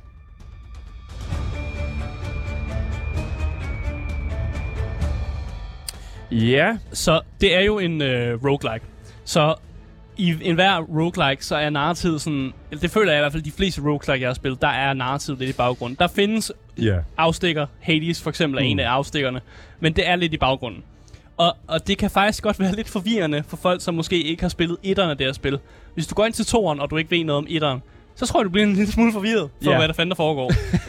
A: Ja.
B: Så det er jo en øh, roguelike. Så i enhver roguelike, så er narrativet sådan... Det føler jeg i hvert fald, de fleste roguelike, jeg har spillet, der er narrativet lidt i baggrunden. Der findes yeah. afstikker. Hades for eksempel er mm. en af afstikkerne. Men det er lidt i baggrunden. Og, og det kan faktisk godt være lidt forvirrende for folk, som måske ikke har spillet etteren af det her spil. Hvis du går ind til toeren, og du ikke ved noget om etteren, så tror jeg, du bliver en lille smule forvirret for, yeah. hvad der fanden der foregår.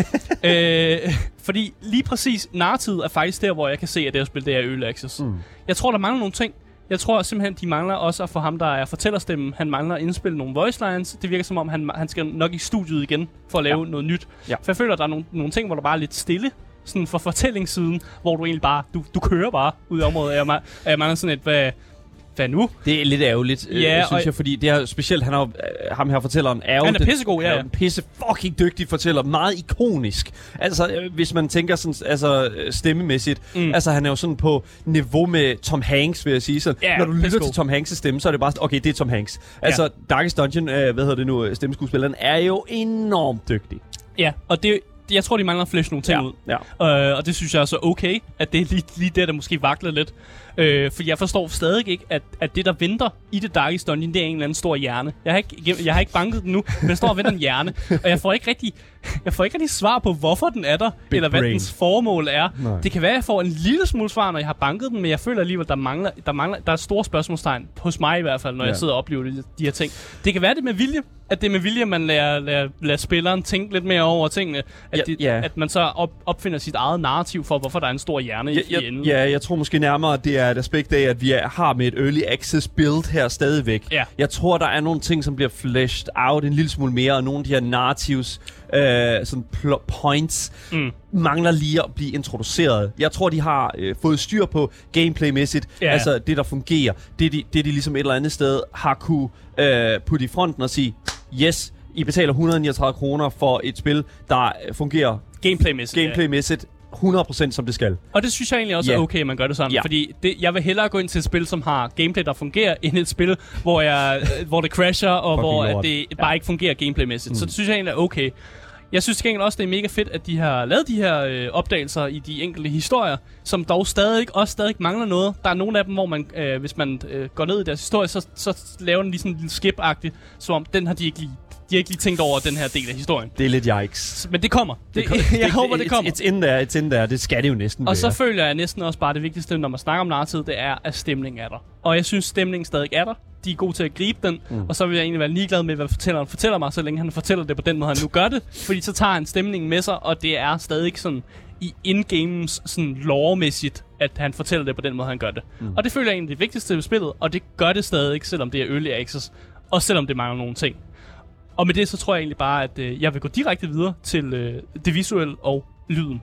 B: øh, fordi lige præcis narrativet er faktisk der, hvor jeg kan se, at det her spil, det er Early Access. Mm. Jeg tror, der mangler nogle ting. Jeg tror simpelthen, de mangler også at få ham, der er fortællerstemmen. Han mangler at indspille nogle voice lines. Det virker som om, han, han skal nok i studiet igen for at lave ja. noget nyt. Ja. For jeg føler, at der er nogle, nogle ting, hvor der bare er lidt stille. Sådan for fortællingssiden, hvor du egentlig bare, du, du kører bare ud i området. Og jeg, og jeg mangler sådan et, hvad... Hvad nu?
A: Det er lidt ærgerligt,
B: ja,
A: øh, synes jeg, fordi det er specielt, han er, øh, ham her fortælleren er jo...
B: Han er pissegod, ja, ja.
A: En pisse fucking dygtig fortæller, meget ikonisk. Altså, øh, hvis man tænker sådan, altså stemmemæssigt, mm. altså han er jo sådan på niveau med Tom Hanks, vil jeg sige. Så,
B: ja,
A: når du lytter
B: pissegod.
A: til Tom Hanks' stemme, så er det bare okay, det er Tom Hanks. Altså, ja. Darkest Dungeon, øh, hvad hedder det nu, stemmeskuespilleren, er jo enormt dygtig.
B: Ja, og det jeg tror, de mangler at flesh nogle ting
A: ja,
B: ud.
A: Ja.
B: Øh, og det synes jeg er så okay, at det er lige, lige det, der måske vakler lidt. Øh, for jeg forstår stadig ikke, at, at det, der venter i det Darkest Dungeon, det er en eller anden stor hjerne. Jeg har ikke, jeg har ikke banket den nu, men jeg står og venter en hjerne. Og jeg får ikke rigtig, jeg får ikke rigtig svar på, hvorfor den er der, Big eller hvad brain. dens formål er. Nej. Det kan være, at jeg får en lille smule svar, når jeg har banket den, men jeg føler alligevel, der mangler, der mangler, der er store spørgsmålstegn, hos mig i hvert fald, når ja. jeg sidder og oplever de, de her ting. Det kan være, det med vilje, at det er med vilje, man lader, lader, lader spilleren tænke lidt mere over tingene. At, ja, det, ja. at man så op, opfinder sit eget narrativ for, hvorfor der er en stor hjerne ja, i enden.
A: Ja, jeg tror måske nærmere, at det er et aspekt af, at vi er, har med et early access build her stadigvæk.
B: Ja.
A: Jeg tror, der er nogle ting, som bliver fleshed out en lille smule mere, og nogle af de her narratives øh, sådan pl- points mm. mangler lige at blive introduceret. Jeg tror, de har øh, fået styr på gameplaymæssigt, ja. altså det, der fungerer. Det, de, det, de ligesom et eller andet sted har kunne øh, putte i fronten og sige, yes, I betaler et hundrede og niogtredive kroner for et spil, der fungerer
B: gameplaymæssigt.
A: gameplaymæssigt hundrede procent som det skal.
B: Og det synes jeg egentlig også yeah. er okay, at man gør det sådan. Yeah. Fordi det, jeg vil hellere gå ind til et spil, som har gameplay, der fungerer, end et spil, hvor, jeg, hvor det crasher, og hvor at det bare ja. ikke fungerer gameplaymæssigt. Mm. Så det synes jeg egentlig er okay. Jeg synes til gengæld også, det er mega fedt, at de har lavet de her øh, opdagelser i de enkelte historier, som dog stadig også stadig mangler noget. Der er nogle af dem, hvor man, øh, hvis man øh, går ned i deres historie, så, så laver den lige sådan en lille skip-agtigt, som om den har de ikke lige De har ikke lige tænkt over den her del af historien.
A: Det er lidt yikes.
B: Men det kommer. Det, det,
A: det,
B: jeg håber, det kommer.
A: It's in there, it's in there. Det skal det jo næsten
B: Og
A: være.
B: så føler jeg næsten også bare, det vigtigste, når man snakker om narrativ, det er, at stemningen er der. Og jeg synes, stemningen stadig er der. De er gode til at gribe den. Mm. Og så vil jeg egentlig være ligeglad med, hvad fortælleren fortæller mig, så længe han fortæller det på den måde, han nu gør det. Fordi så tager han stemningen med sig, og det er stadig sådan i in-games sådan lore-mæssigt, at han fortæller det på den måde, han gør det. Mm. Og det føler jeg egentlig det vigtigste ved spillet, og det gør det stadig, selvom det er early access. Og selvom det mangler nogle ting. Og med det, så tror jeg egentlig bare, at øh, jeg vil gå direkte videre til øh, det visuelle og lyden.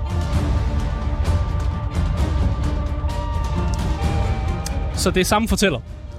B: Så det er samme fortæller.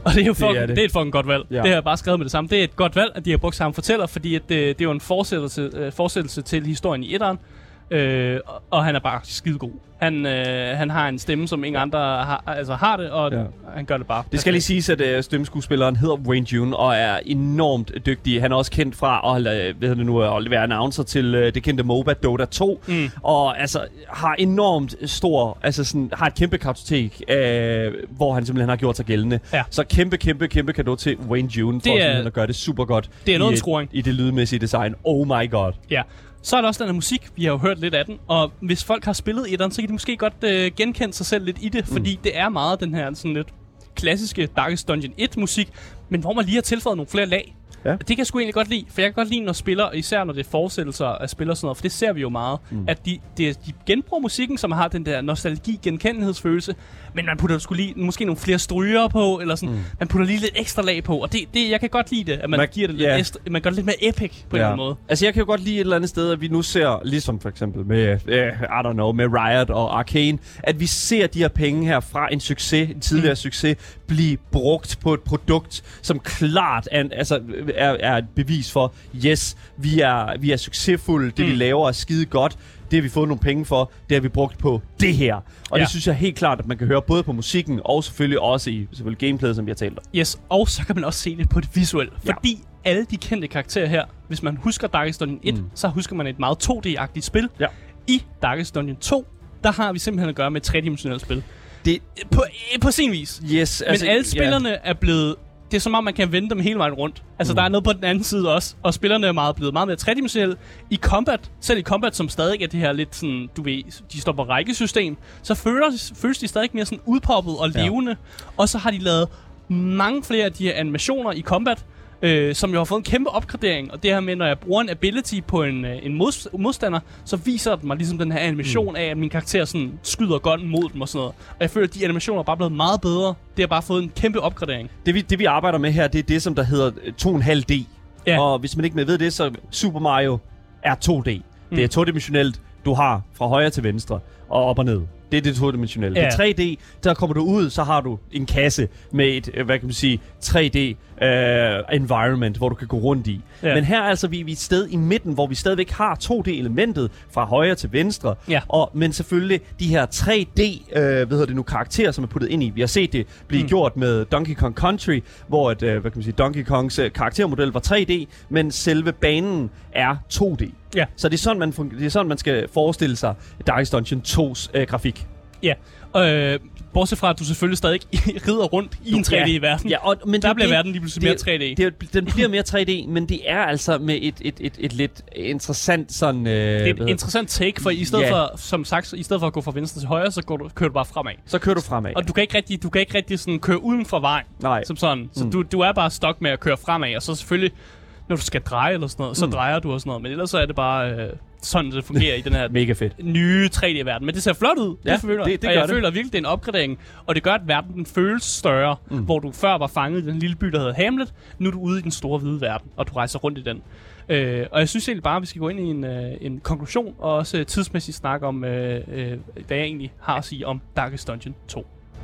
B: Og det er jo fucking, det er, det. Det er et fucking godt valg.
A: Ja.
B: Det har jeg bare skrevet med det samme. Det er et godt valg, at de har brugt samme fortæller, fordi at det, det er jo en fortsættelse, øh, fortsættelse til historien i etteren. Øh, og, og han er bare skidegod. Han, øh, han har en stemme, som ingen andre har, altså har det, og ja. han gør det bare.
A: Det skal lige siges, at øh, stemmeskuespilleren hedder Wayne June, og er enormt dygtig. Han er også kendt fra at, øh, hvad det nu, at være announcer til øh, det kendte MOBA Dota to, mm. og altså har enormt stor, altså sådan, har et kæmpe kartotek, øh, hvor han simpelthen har gjort sig gældende. Ja. Så kæmpe, kæmpe, kæmpe cadeau til Wayne June, for er, at gøre det super godt.
B: Det er noget i, scoring.
A: i det lydmæssige design. Oh my god.
B: Ja. Så er der også den her musik, vi har jo hørt lidt af den, og hvis folk har spillet etteren, så kan de måske godt øh, genkende sig selv lidt i det, fordi mm. det er meget den her sådan lidt klassiske Darkest Dungeon et musik, men hvor man lige har tilføjet nogle flere lag. Ja. Det kan jeg sgu egentlig godt lide, for jeg kan godt lide, når spiller, især når det er fortsættelser af spil og sådan noget, for det ser vi jo meget, mm. at de, de, de genbruger musikken, som har den der nostalgi-genkendelighedsfølelse, men man putter sgu lige måske nogle flere stryger på, eller sådan, mm. man putter lige lidt ekstra lag på, og det, det jeg kan godt lide det, at man, man giver det lidt yeah. ekstra, man gør det lidt mere epic på ja. en eller anden måde.
A: Altså jeg kan jo godt lide et eller andet sted, at vi nu ser, ligesom for eksempel med, uh, I don't know, med Riot og Arcane, at vi ser de her penge her fra en succes, en tidligere mm. succes, blive brugt på et produkt, som klart er, altså, er, er et bevis for, yes, vi er, vi er succesfulde, det mm. vi laver er skide godt, det har vi fået nogle penge for, det har vi brugt på det her. Og ja. det synes jeg helt klart, at man kan høre både på musikken, og selvfølgelig også i selvfølgelig gameplayet, som vi har talt om.
B: Yes, og så kan man også se lidt på det visuelle, ja. fordi alle de kendte karakterer her, hvis man husker Darkest Dungeon et, mm. så husker man et meget to D-agtigt spil. Ja. I Darkest Dungeon to, der har vi simpelthen at gøre med et tredimensionelt spil. Det på, på sin vis.
A: Yes,
B: altså, men alle spillerne yeah. er blevet... Det er som om, man kan vende dem hele vejen rundt. Altså, mm. der er noget på den anden side også. Og spillerne er meget blevet meget mere tredimensionelle. I Combat, selv i Combat, som stadig er det her lidt sådan, du ved, de står på rækkesystem, så føles, føles de stadig mere sådan udpoppet og levende. Ja. Og så har de lavet mange flere af de her animationer i Combat, øh, som jo har fået en kæmpe opgradering. Og det her med, når jeg bruger en ability på en, øh, en mod, modstander, så viser det mig ligesom den her animation mm. af, at min karakter sådan skyder gun mod dem og sådan noget. Og jeg føler, at de animationer er bare blevet meget bedre. Det har bare fået en kæmpe opgradering.
A: Det vi, det vi arbejder med her, det er det, som der hedder to komma fem D. Ja. Og hvis man ikke ved det, så Super Mario er to D. Mm. Det er todimensionelt. Du har fra højre til venstre og op og ned. Det er det todimensionelle. Ja. Det er tre D, der kommer du ud, så har du en kasse med et, hvad kan man sige, tre D uh, environment, hvor du kan gå rundt i. Ja. Men her er altså vi, vi er et sted i midten, hvor vi stadigvæk har to D-elementet fra højre til venstre. Ja. Og, men selvfølgelig de her tre D, uh, hvad hedder det nu, karakterer, som er puttet ind i. Vi har set det blive mm. gjort med Donkey Kong Country, hvor et, uh, hvad kan man sige, Donkey Kongs uh, karaktermodel var tre D, men selve banen er to D. Ja. Så det er, sådan, man fun- det er sådan, man skal forestille sig Darkest Dungeon to's øh, grafik.
B: Ja, øh, bortset fra, at du selvfølgelig stadig rider rundt i du, en tre D-verden.
A: Ja, og, men
B: der
A: det,
B: bliver
A: det,
B: verden lige pludselig mere tre D.
A: Det, det, den bliver mere tre D, men det er altså med et, et, et, et lidt interessant sådan... Øh,
B: det er et interessant take, for i stedet yeah. for, som sagt, i stedet for at gå fra venstre til højre, så går du, kører du bare fremad.
A: Så kører du fremad.
B: Og du kan ikke rigtig, du kan ikke rigtig sådan køre uden for vejen. Nej. Som sådan. Så mm. du, du er bare stok med at køre fremad, og så selvfølgelig... Når du skal dreje eller sådan noget, så mm. drejer du og sådan noget. Men ellers så er det bare øh, sådan, det fungerer i den her
A: mega fedt.
B: nye tre D-verden. Men det ser flot ud,
A: ja,
B: det føler
A: det, det
B: og jeg
A: det.
B: føler virkelig, det er en opgradering. Og det gør, at verden den føles større. Mm. Hvor du før var fanget i den lille by, der hedder Hamlet. Nu er du ude i den store hvide verden, og du rejser rundt i den. Øh, og jeg synes egentlig bare, at vi skal gå ind i en, øh, en konklusion, og også øh, tidsmæssigt snakke om, øh, øh, hvad jeg egentlig har at sige om Darkest Dungeon to.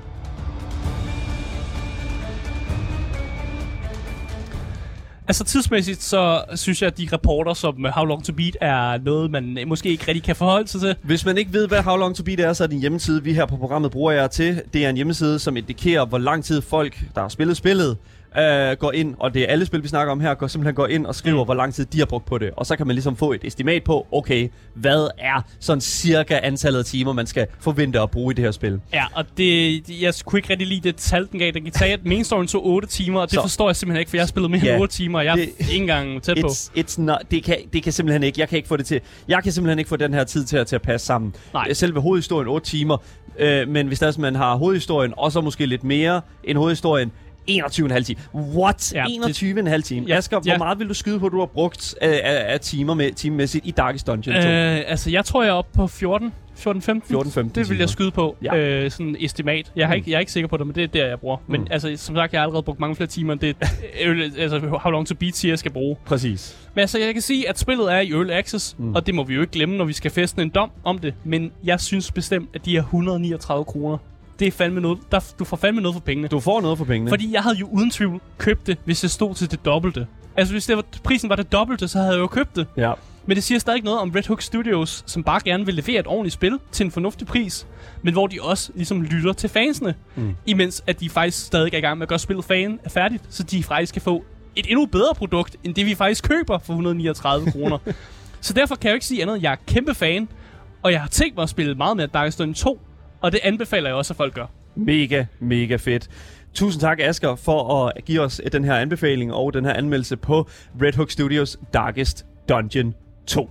B: Altså tidsmæssigt, så synes jeg, at de rapporter som How Long to Beat er noget, man måske ikke rigtig kan forholde sig til.
A: Hvis man ikke ved, hvad How Long to Beat er, så er det en hjemmeside, vi her på programmet bruger jer til. Det er en hjemmeside, som indikerer, hvor lang tid folk, der har spillet spillet, Uh, går ind, og det er alle spil, vi snakker om her, går simpelthen går ind og skriver, mm. hvor lang tid de har brugt på det. Og så kan man ligesom få et estimat på, okay, hvad er sådan cirka antallet af timer, man skal forvente at bruge i det her spil.
B: Ja, og det, jeg kunne ikke rigtig lide det tal, den gav. Den gav at main storyen tog otte timer, og det så, forstår jeg simpelthen ikke, for jeg har spillet mere yeah, end otte timer, og jeg det, er ikke engang tæt på.
A: It's, it's not, det, kan, det kan simpelthen ikke, jeg kan ikke få det til, jeg kan simpelthen ikke få den her tid til at, til at passe sammen. Nej. Selve hovedhistorien otte timer, øh, men hvis der man har hovedhistorien, og så måske lidt mere end hovedhistorien, enogtyve komma fem time. What? Ja, enogtyve komma fem time? Ja, Asger, ja. Hvor meget vil du skyde på, at du har brugt af, af, af timer med, timemæssigt i Darkest Dungeon to?
B: Øh, altså, jeg tror, jeg er oppe på fjorten femten.
A: fjorten femten
B: Det vil jeg skyde på. Ja. Øh, sådan en estimat. Jeg, har ikke, jeg er ikke sikker på det, men det er der, jeg bruger. Men mm. altså, som sagt, jeg har allerede brugt mange flere timer, end det altså, How Long to Beat siger, jeg skal bruge.
A: Præcis.
B: Men altså, jeg kan sige, at spillet er i Early Access, mm. og det må vi jo ikke glemme, når vi skal fæstne en dom om det. Men jeg synes bestemt, at de her et hundrede og niogtredive kroner det er fandme noget, der, du får fandme noget for pengene.
A: Du får noget for pengene.
B: Fordi jeg havde jo uden tvivl købt det, hvis det stod til det dobbelte. Altså, hvis det var, prisen var det dobbelte, så havde jeg jo købt det.
A: Ja.
B: Men det siger stadig noget om Red Hook Studios, som bare gerne vil levere et ordentligt spil til en fornuftig pris, men hvor de også ligesom lytter til fansene, mm. imens at de faktisk stadig er i gang med at gøre spillet fan er færdigt, så de faktisk kan få et endnu bedre produkt, end det vi faktisk køber for et hundrede og niogtredive kroner. Så derfor kan jeg jo ikke sige andet, jeg er kæmpe fan, og jeg har tænkt mig at spille meget mere Darkest Dungeon to, og det anbefaler jeg også, at folk gør.
A: Mega, mega fedt. Tusind tak, Asger, for at give os den her anbefaling og den her anmeldelse på Red Hook Studios Darkest Dungeon to.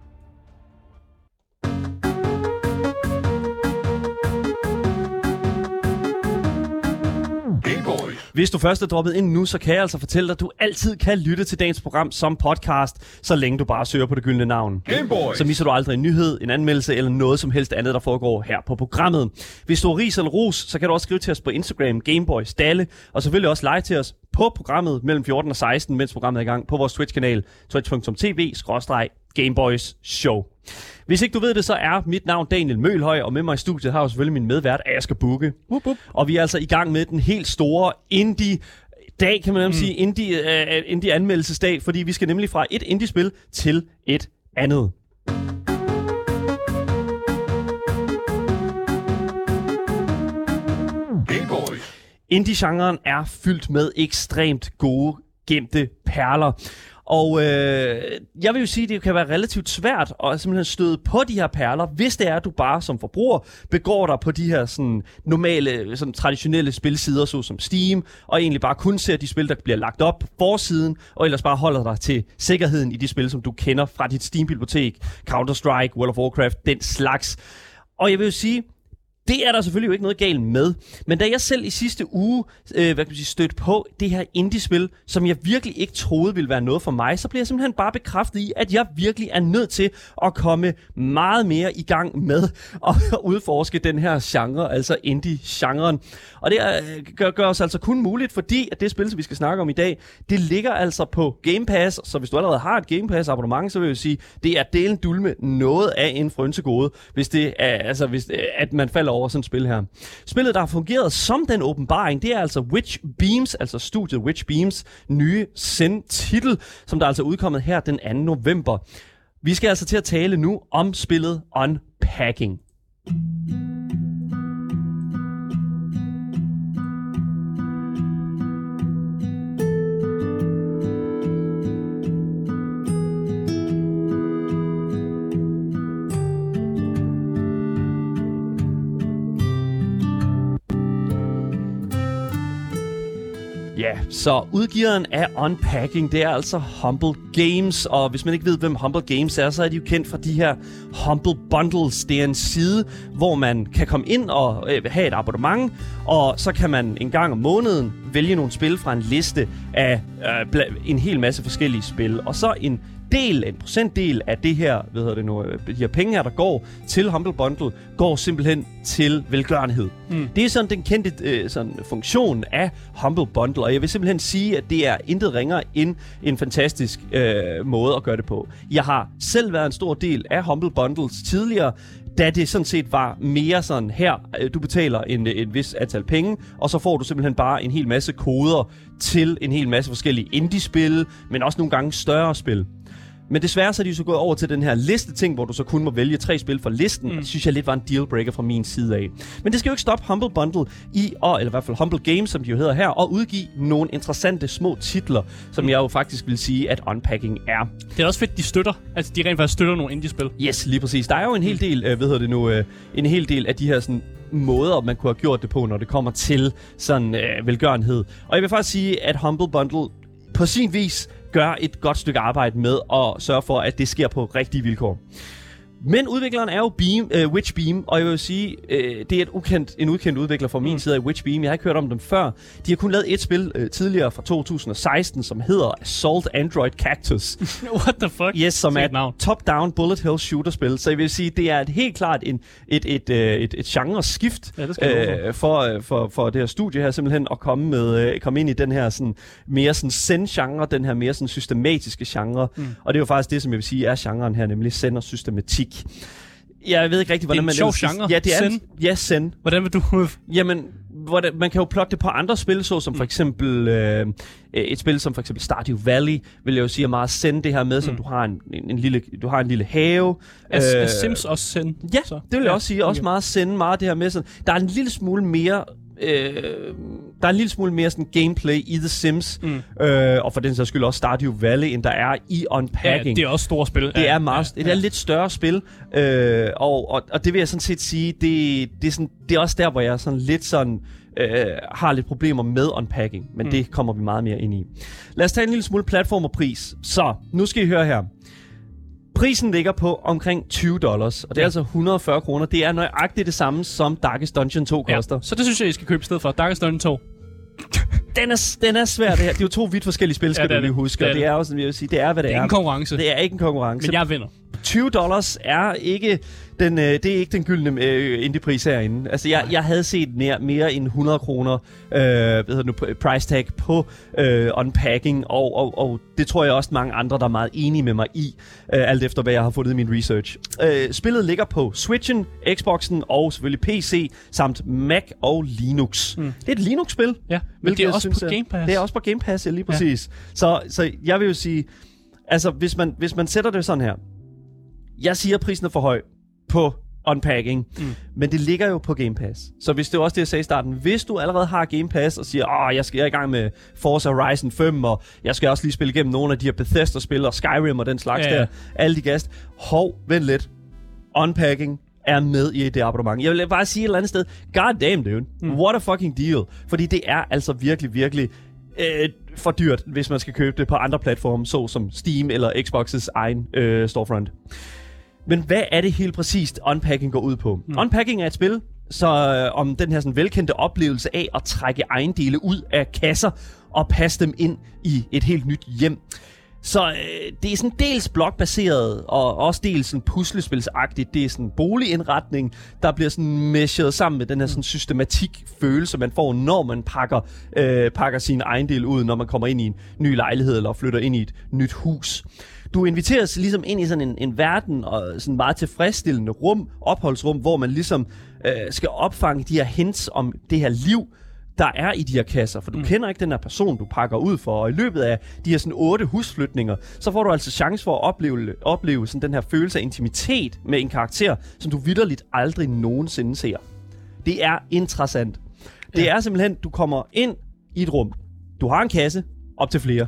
A: Hvis du først er droppet ind nu, så kan jeg altså fortælle dig, at du altid kan lytte til dagens program som podcast, så længe du bare søger på det gyldne navn. Gameboys. Så misser du aldrig en nyhed, en anmeldelse eller noget som helst andet, der foregår her på programmet. Hvis du har ris eller ros, så kan du også skrive til os på Instagram, Gameboys Dalle, og selvfølgelig også like til os på programmet mellem fjorten og seksten, mens programmet er i gang på vores Twitch-kanal, twitch punktum tv skråstreg Gameboys Show. Hvis ikke du ved det, så er mit navn Daniel Mølhøj, og med mig i studiet har jeg selvfølgelig min medvært, Asger Bugge. Wup, wup. Og vi er altså i gang med den helt store indie dag, kan man nemlig mm. sige, indie, uh, indie anmeldelsesdag, fordi vi skal nemlig fra et indie-spil til et andet. Indie-genren er fyldt med ekstremt gode, gemte perler. Og øh, jeg vil jo sige, at det kan være relativt svært at simpelthen støde på de her perler, hvis det er, at du bare som forbruger begår dig på de her sådan, normale, sådan, traditionelle spilsider, så som Steam, og egentlig bare kun ser de spil, der bliver lagt op på forsiden, og ellers bare holder dig til sikkerheden i de spil, som du kender fra dit Steam-bibliotek, Counter-Strike, World of Warcraft, den slags. Og jeg vil jo sige, det er der selvfølgelig jo ikke noget galt med. Men da jeg selv i sidste uge øh, hvad kan man sige, stødte på det her indie-spil, som jeg virkelig ikke troede ville være noget for mig, så bliver jeg simpelthen bare bekræftet i, at jeg virkelig er nødt til at komme meget mere i gang med at udforske den her genre, altså indie-genren. Og det øh, gør, gør os altså kun muligt, fordi at det spil, som vi skal snakke om i dag, det ligger altså på Game Pass. Så hvis du allerede har et Game Pass abonnement, så vil jeg sige, det er delen dulme noget af en frønsegode, hvis det er, altså hvis, at man falder over sådan et spil her. Spillet, der har fungeret som den åbenbaring, det er altså Witch Beams, altså studiet Witch Beams nye Zen-titel, som der altså er udkommet her den anden november. Vi skal altså til at tale nu om spillet Unpacking. Ja, så udgiveren af Unpacking, det er altså Humble Games, og hvis man ikke ved, hvem Humble Games er, så er de jo kendt fra de her Humble Bundles. Det er en side, hvor man kan komme ind og øh, have et abonnement, og så kan man en gang om måneden vælge nogle spil fra en liste af øh, en hel masse forskellige spil, og så en del, en procentdel af det her, hvad hedder det nu, de her penge her, der går til Humble Bundle, går simpelthen til velgørenhed. Mm. Det er sådan den kendte øh, sådan, funktion af Humble Bundle, og jeg vil simpelthen sige, at det er intet ringere end en fantastisk øh, måde at gøre det på. Jeg har selv været en stor del af Humble Bundles tidligere, da det sådan set var mere sådan her, du betaler en, en vis antal penge, og så får du simpelthen bare en hel masse koder til en hel masse forskellige indie-spil, men også nogle gange større spil. Men desværre så er de så gået over til den her liste-ting, hvor du så kun må vælge tre spil fra listen, mm. og det synes jeg lidt var en dealbreaker fra min side af. Men det skal jo ikke stoppe Humble Bundle i, og, eller i hvert fald Humble Games, som de jo hedder her, og udgive nogle interessante små titler, som mm. jeg jo faktisk vil sige, at Unpacking er.
B: Det er også fedt, de støtter. Altså, de rent faktisk støtter nogle indie-spil.
A: Yes, lige præcis. Der er jo en hel del, øh, hvad hedder det nu, øh, en hel del af de her sådan måder, man kunne have gjort det på, når det kommer til sådan øh, velgørenhed. Og jeg vil faktisk sige, at Humble Bundle på sin vis gør et godt stykke arbejde med at sørge for, at det sker på rigtige vilkår. Men udvikleren er jo Beam, uh, Witch Beam, og jeg vil sige, uh, det er et ukendt, en udkendt udvikler fra min mm. side af Witch Beam. Jeg har ikke hørt om dem før. De har kun lavet et spil uh, tidligere fra to tusind og seksten, som hedder Assault Android Cactus.
B: What the fuck?
A: Yes, som er et top-down bullet hell shooter-spil. Så jeg vil sige, det er et helt klart en, et, et, et, et, et genre-skift ja, uh, for, for, for det her studie her, simpelthen at komme, med, uh, komme ind i den her sådan, mere sådan zen-genre, den her mere sådan systematiske genre. Mm. Og det er jo faktisk det, som jeg vil sige er genren her, nemlig zen og systematik. Jeg ved ikke rigtig, hvordan man...
B: Det er en sjov genre.
A: Ja, det er
B: Zen.
A: Ja, Zen.
B: Hvordan vil du...
A: Jamen, hvordan, man kan jo plotte det på andre spil, så som for eksempel... Øh, et spil som for eksempel Stardew Valley, vil jeg jo sige er meget Zen, det her med, mm. som du har en, en, en, lille, du har en lille have.
B: Er, øh, er Sims også Zen?
A: Ja,
B: så?
A: det vil jeg
B: ja.
A: også sige. Også okay. Meget Zen, meget det her med sådan... Der er en lille smule mere... Øh, der er en lille smule mere sådan gameplay i The Sims, mm. øh, og for den sags skyld også Stardew Valley, end der er i Unpacking.
B: Ja, det er også store spil.
A: Det
B: ja,
A: er meget, ja, det er ja. lidt større spil, øh, og, og, og det vil jeg sådan set sige, det, det, er sådan, det er også der, hvor jeg sådan lidt sådan øh, har lidt problemer med Unpacking, men mm. det kommer vi meget mere ind i. Lad os tage en lille smule platform og pris. Så, nu skal I høre her. Prisen ligger på omkring tyve dollars, og det er ja. altså et hundrede og fyrre kroner. Det er nøjagtigt det samme, som Darkest Dungeon to koster.
B: Ja, så det synes jeg, I skal købe i stedet for. Darkest Dungeon to.
A: Den er, den er svær, det her. Det er jo to vidt forskellige spil, skal ja, du lige huske. Det og det er også, jeg vil sige, det er, hvad det,
B: det er. Det er ikke en konkurrence.
A: Det er ikke en konkurrence.
B: Men jeg vinder.
A: tyve dollars er ikke den, øh, det er ikke den gyldne øh, indie-pris herinde. Altså, jeg, jeg havde set mere, mere end hundrede kroner øh, hvad hedder nu, price tag på øh, Unpacking, og, og, og det tror jeg også mange andre, der er meget enige med mig i, øh, alt efter hvad jeg har fundet i min research. Øh, spillet ligger på Switchen, Xboxen og selvfølgelig P C, samt Mac og Linux. Mm. Det er et Linux-spil.
B: Ja, men det er også på Game Pass.
A: Det er også på Game Pass, ja, lige præcis. Ja. Så, så jeg vil jo sige, altså hvis man, hvis man sætter det sådan her, jeg siger, at prisen er for høj på Unpacking, mm. men det ligger jo på Game Pass. Så hvis det er også det, jeg sagde i starten, hvis du allerede har Game Pass og siger, åh, jeg skal jeg er i gang med Forza Horizon fem, og jeg skal også lige spille igennem nogle af de her Bethesda-spil, og Skyrim og den slags ja, ja. der, alle de gast. Hov, vent lidt. Unpacking er med i det abonnement. Jeg vil bare sige et eller andet sted, god damn, dude. Mm. What a fucking deal. Fordi det er altså virkelig, virkelig øh, for dyrt, hvis man skal købe det på andre platforme, så som Steam eller Xbox's egen øh, storefront. Men hvad er det helt præcist, Unpacking går ud på? Mm. Unpacking er et spil så, øh, om den her sådan, velkendte oplevelse af at trække ejendele ud af kasser og passe dem ind i et helt nyt hjem. Så øh, det er sådan dels blokbaseret og også dels sådan puslespilsagtigt. Det er sådan boligindretning, der bliver sådan meshet sammen med den her sådan systematik følelse, man får, når man pakker, øh, pakker sin ejendel ud, når man kommer ind i en ny lejlighed eller flytter ind i et nyt hus. Du inviteres ligesom ind i sådan en, en verden og sådan meget tilfredsstillende rum, opholdsrum, hvor man ligesom øh, skal opfange de her hints om det her liv, der er i de her kasser. For du mm. kender ikke den her person, du pakker ud for, og i løbet af de her sådan otte husflytninger, så får du altså chance for at opleve, opleve sådan den her følelse af intimitet med en karakter, som du vitterligt aldrig nogensinde ser. Det er interessant. Det ja. er simpelthen, du kommer ind i et rum. Du har en kasse, op til flere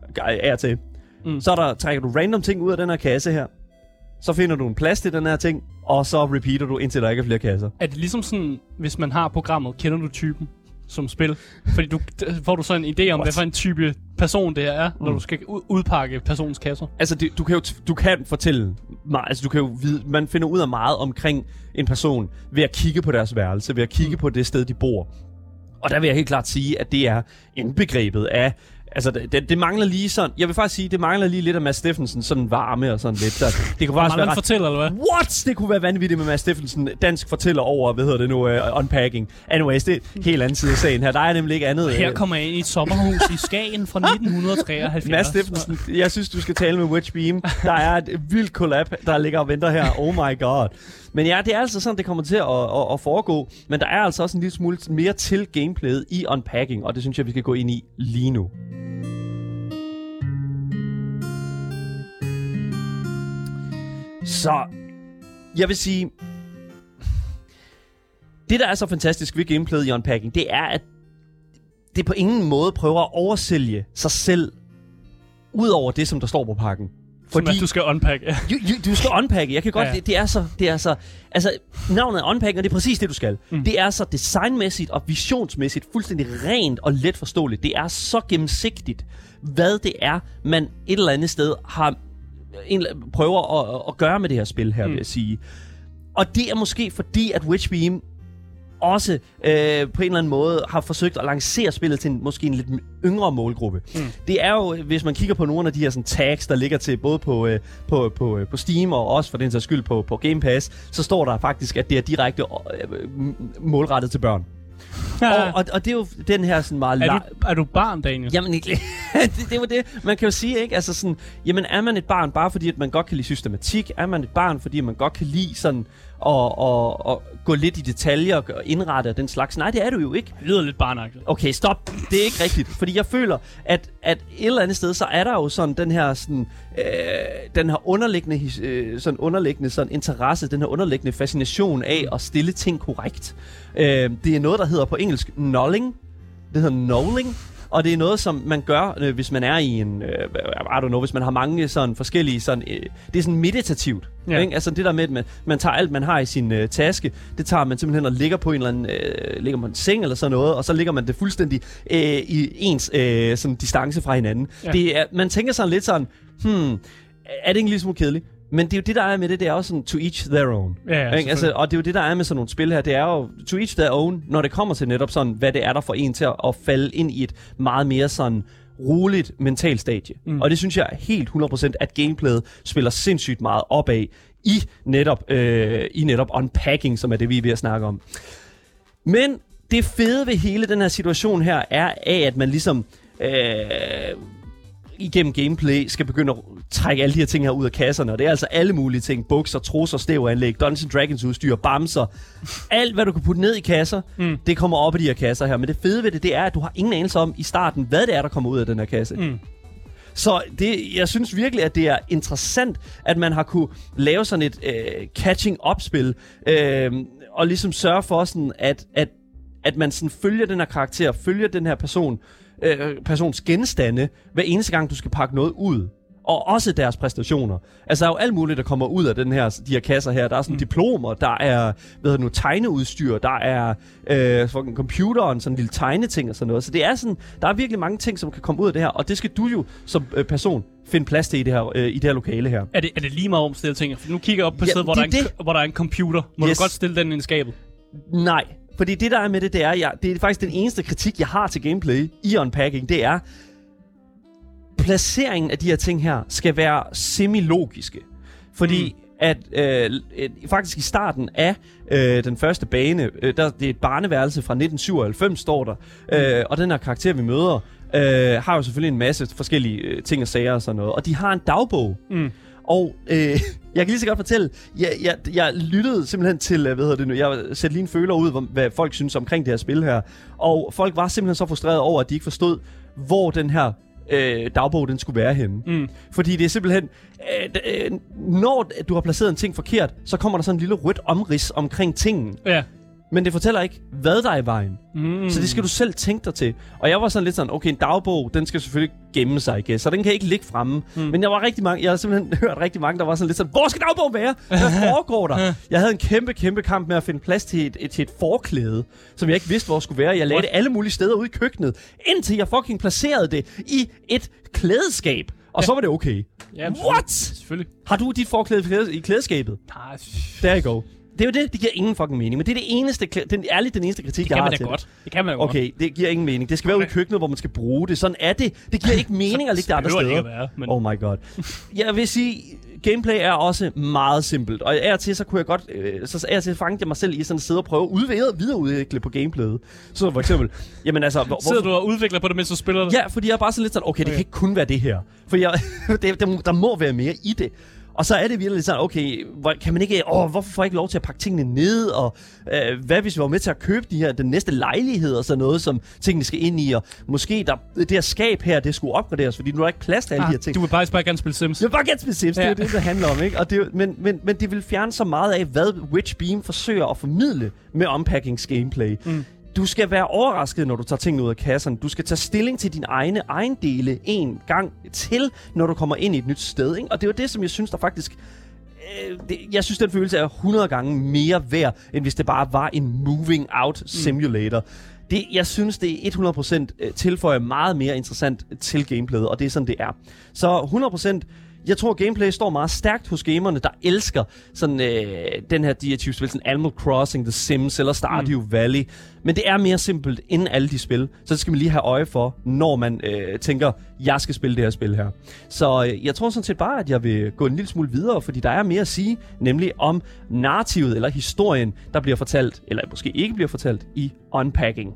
A: af til. Mm. Så der, trækker du random ting ud af den her kasse her. Så finder du en plads til den her ting, og så repeater du, indtil der ikke er flere kasser.
B: Er det ligesom sådan, hvis man har programmet, kender du typen som spil? Fordi du får du så en idé om, What? hvad for en type person det her er, mm. når du skal udpakke personens kasser? Altså, det,
A: du kan jo du kan fortælle meget, altså du kan jo vide, man finder ud af meget omkring en person ved at kigge på deres værelse, ved at kigge mm. på det sted, de bor. Og der vil jeg helt klart sige, at det er indbegrebet af... Altså, det, det, det mangler lige sådan... Jeg vil faktisk sige, det mangler lige lidt af Mads Steffensen, sådan varme og sådan lidt. Så det kunne faktisk være ret...
B: fortæller, eller hvad?
A: What? Det kunne være vanvittigt med Mads Steffensen, dansk fortæller over, hvad hedder det nu, uh, Unpacking. Anyways, det er helt anden side af sagen her. Der er nemlig ikke andet...
B: Her kommer jeg ind i et sommerhus i Skagen fra nitten treoghalvfjerds.
A: Mads Steffensen, jeg synes, du skal tale med Witchbeam. Der er et vildt collab, der ligger og venter her. Oh my god. Men ja, det er altså sådan, det kommer til at, at, at foregå. Men der er altså også en lille smule mere til gameplayet i Unpacking, og det synes jeg, vi skal gå ind i lige nu. Så, jeg vil sige, det der er så fantastisk ved gameplayet i Unpacking, det er, at det på ingen måde prøver at oversælge sig selv, ud over det, som der står på pakken.
B: Fordi som at du skal unpack.
A: du, du skal unpacke. Jeg kan godt, ja, ja. Det, det er så, det er så, altså navnet er Unpacking, og det er præcis det, du skal. Mm. Det er så designmæssigt og visionsmæssigt fuldstændig rent og let forståeligt. Det er så gennemsigtigt, hvad det er, man et eller andet sted har en, prøver at, at gøre med det her spil her, mm. vil jeg sige. Og det er måske fordi, at Witchbeam også øh, på en eller anden måde har forsøgt at lancere spillet til en, måske en lidt yngre målgruppe. Mm. Det er jo, hvis man kigger på nogle af de her sådan, tags, der ligger til både på, øh, på, på, på Steam og også for den sags skyld på, på Game Pass, så står der faktisk, at det er direkte øh, målrettet til børn. og, og, og det er jo den her sådan meget...
B: Er du, er du barn, Daniel?
A: Jamen ikke. det, det var det. Man kan jo sige, ikke? Altså sådan, jamen er man et barn bare fordi, at man godt kan lide systematik? Er man et barn, fordi man godt kan lide sådan at, at, at gå lidt i detaljer og indrette og den slags? Nej, det er du jo ikke.
B: Det lyder lidt barnagtigt.
A: Okay, stop. Det er ikke rigtigt. Fordi jeg føler, at, at et eller andet sted, så er der jo sådan den her sådan, øh, den her underliggende, øh, sådan underliggende sådan interesse, den her underliggende fascination af at stille ting korrekt. Øh, det er noget, der hedder på engelsk nulling. Det hedder knowing. Og det er noget, som man gør, øh, hvis man er i en, øh, I don't know, hvis man har mange sådan forskellige, sådan, øh, det er sådan meditativt. Ja. Ikke? Altså det der med, at man, man tager alt, man har i sin øh, taske, det tager man simpelthen og ligger på en eller anden, øh, ligger på en seng eller sådan noget, og så ligger man det fuldstændig øh, i ens øh, sådan distance fra hinanden. Ja. Det er, man tænker sådan lidt sådan, hmm, er det ikke lige så kedeligt? Men det er jo det, der er med det, det er også sådan to each their own. Ja, ja, altså, og det er jo det, der er med sådan nogle spil her, det er jo to each their own, når det kommer til netop sådan, hvad det er, der får en til at, at falde ind i et meget mere sådan roligt mentalt stadie. Mm. Og det synes jeg helt hundrede procent, at gameplayet spiller sindssygt meget op af i netop, øh, i netop unpacking, som er det, vi er ved at snakke om. Men det fede ved hele den her situation her, er af, at man ligesom... Øh, igennem gameplay skal begynde at trække alle de her ting her ud af kasserne, og det er altså alle mulige ting. Bukser, trusser, stævanlæg, Dungeons and Dragons udstyr, bamser. Alt, hvad du kan putte ned i kasser, mm. det kommer op i de her kasser her. Men det fede ved det, det er, at du har ingen anelse om i starten, hvad det er, der kommer ud af den her kasse. Mm. Så det, jeg synes virkelig, at det er interessant, at man har kunne lave sådan et øh, catching-up-spil, øh, og ligesom sørge for sådan, at, at, at man sådan følger den her karakter, følger den her person, Øh, persons genstande, hver eneste gang, du skal pakke noget ud. Og også deres præstationer. Altså, der er jo alt muligt, der kommer ud af den her, de her kasser her. Der er sådan mm. diplomer, der er hvad nu, tegneudstyr, der er øh, computeren, sådan en lille tegneting og sådan noget. Så det er sådan, der er virkelig mange ting, som kan komme ud af det her. Og det skal du jo som øh, person finde plads til i det her, øh, i det her lokale her.
B: Er det, er det lige meget omstillet ting? For nu kigger jeg op på ja, stedet, hvor, der er en, hvor der er en computer. Må yes. du godt stille den ind i skabet?
A: Nej. Fordi det, der er med det, det er, jeg, det er faktisk den eneste kritik, jeg har til gameplay i Unpacking, det er, placeringen af de her ting her skal være semi-logiske. Fordi mm. at øh, faktisk i starten af øh, den første bane, øh, der, det er et barneværelse fra nitten syvoghalvfems, står der, øh, mm. og den her karakter, vi møder, øh, har jo selvfølgelig en masse forskellige øh, ting og sager og sådan noget, og de har en dagbog. Mm. Og øh, jeg kan lige så godt fortælle, jeg, jeg, jeg lyttede simpelthen til, hvad hedder det nu, jeg satte lige en føler ud, hvad folk synes omkring det her spil her. Og folk var simpelthen så frustreret over, at de ikke forstod, hvor den her øh, dagbog, den skulle være henne. Mm. Fordi det er simpelthen, øh, øh, når du har placeret en ting forkert, så kommer der sådan en lille rødt omrids omkring tingen. Ja. Men det fortæller ikke, hvad der er i vejen. Mm. Så det skal du selv tænke dig til. Og jeg var sådan lidt sådan, okay, en dagbog, den skal selvfølgelig gemme sig, ikke? Så den kan ikke ligge fremme. Mm. Men jeg var rigtig mange, jeg har simpelthen hørt rigtig mange, der var sådan lidt sådan, hvor skal dagbogen være? Hvad foregår der? Jeg havde en kæmpe, kæmpe kamp med at finde plads til et, et, til et forklæde, som jeg ikke vidste, hvor skulle være. Jeg lagde det alle mulige steder ude i køkkenet, indtil jeg fucking placerede det i et klædeskab. Og ja. Så var det okay.
B: Ja,
A: What?
B: Selvfølgelig.
A: Har du dit forklæde i klædeskabet?
B: Nej.
A: There you go. Det er jo det, det giver ingen fucking mening, men det er det eneste, den ærligt den eneste kritik,
B: jeg har
A: til.
B: Det kan man da godt. Det kan man da godt.
A: Okay, det giver ingen mening. Det skal være ude i køkkenet, hvor man skal bruge det. Sådan er det. Det giver ikke mening at ligge der andre steder.
B: Være, men...
A: Oh my god. Jeg vil sige, gameplay er også meget simpelt. Og af og til, så kunne jeg godt, øh, så af og til fangede jeg mig selv i sådan at sidde og prøve at udvikle, videreudvikle på gameplayet. Så for eksempel, jamen altså... Hvor,
B: sidder du og udvikler på det, mens du spiller det?
A: Ja, fordi jeg er bare sådan lidt sådan, okay, det okay. kan ikke kun være det her. For jeg, det, der, der må være mere i det. Og så er det virkelig sådan, okay, hvor, kan man ikke, åh, hvorfor får jeg ikke lov til at pakke tingene ned, og øh, hvad hvis vi var med til at købe de her, den næste lejlighed og sådan noget, som tingene skal ind i, og måske der, det her skab her, det skulle opgraderes, fordi nu er der ikke plads til alle ah, de her ting.
B: Du vil faktisk bare gerne spille Sims.
A: Jeg vil bare gerne spille Sims, ja. Det er det, det handler om, ikke? Og det, men, men, men det vil fjerne så meget af, hvad Witch Beam forsøger at formidle med Unpackings gameplay. Mm. Du skal være overrasket, når du tager tingene ud af kassen. Du skal tage stilling til dine egne ejendele en gang til, når du kommer ind i et nyt sted. Ikke? Og det er jo det, som jeg synes, der faktisk... Øh, det, jeg synes, den følelse er hundrede gange mere værd, end hvis det bare var en moving out simulator. Mm. Det, jeg synes, det er hundrede procent tilføjer meget mere interessant til gameplayet, og det er sådan, det er. Så hundrede procent... Jeg tror, gameplay står meget stærkt hos gamerne, der elsker sådan, øh, den her, de her type spil, sådan Animal Crossing, The Sims eller Stardew mm. Valley. Men det er mere simpelt end alle de spil, så det skal man lige have øje for, når man øh, tænker, jeg skal spille det her spil her. Så øh, jeg tror sådan set bare, at jeg vil gå en lille smule videre, fordi der er mere at sige, nemlig om narrativet eller historien, der bliver fortalt, eller måske ikke bliver fortalt, i Unpacking.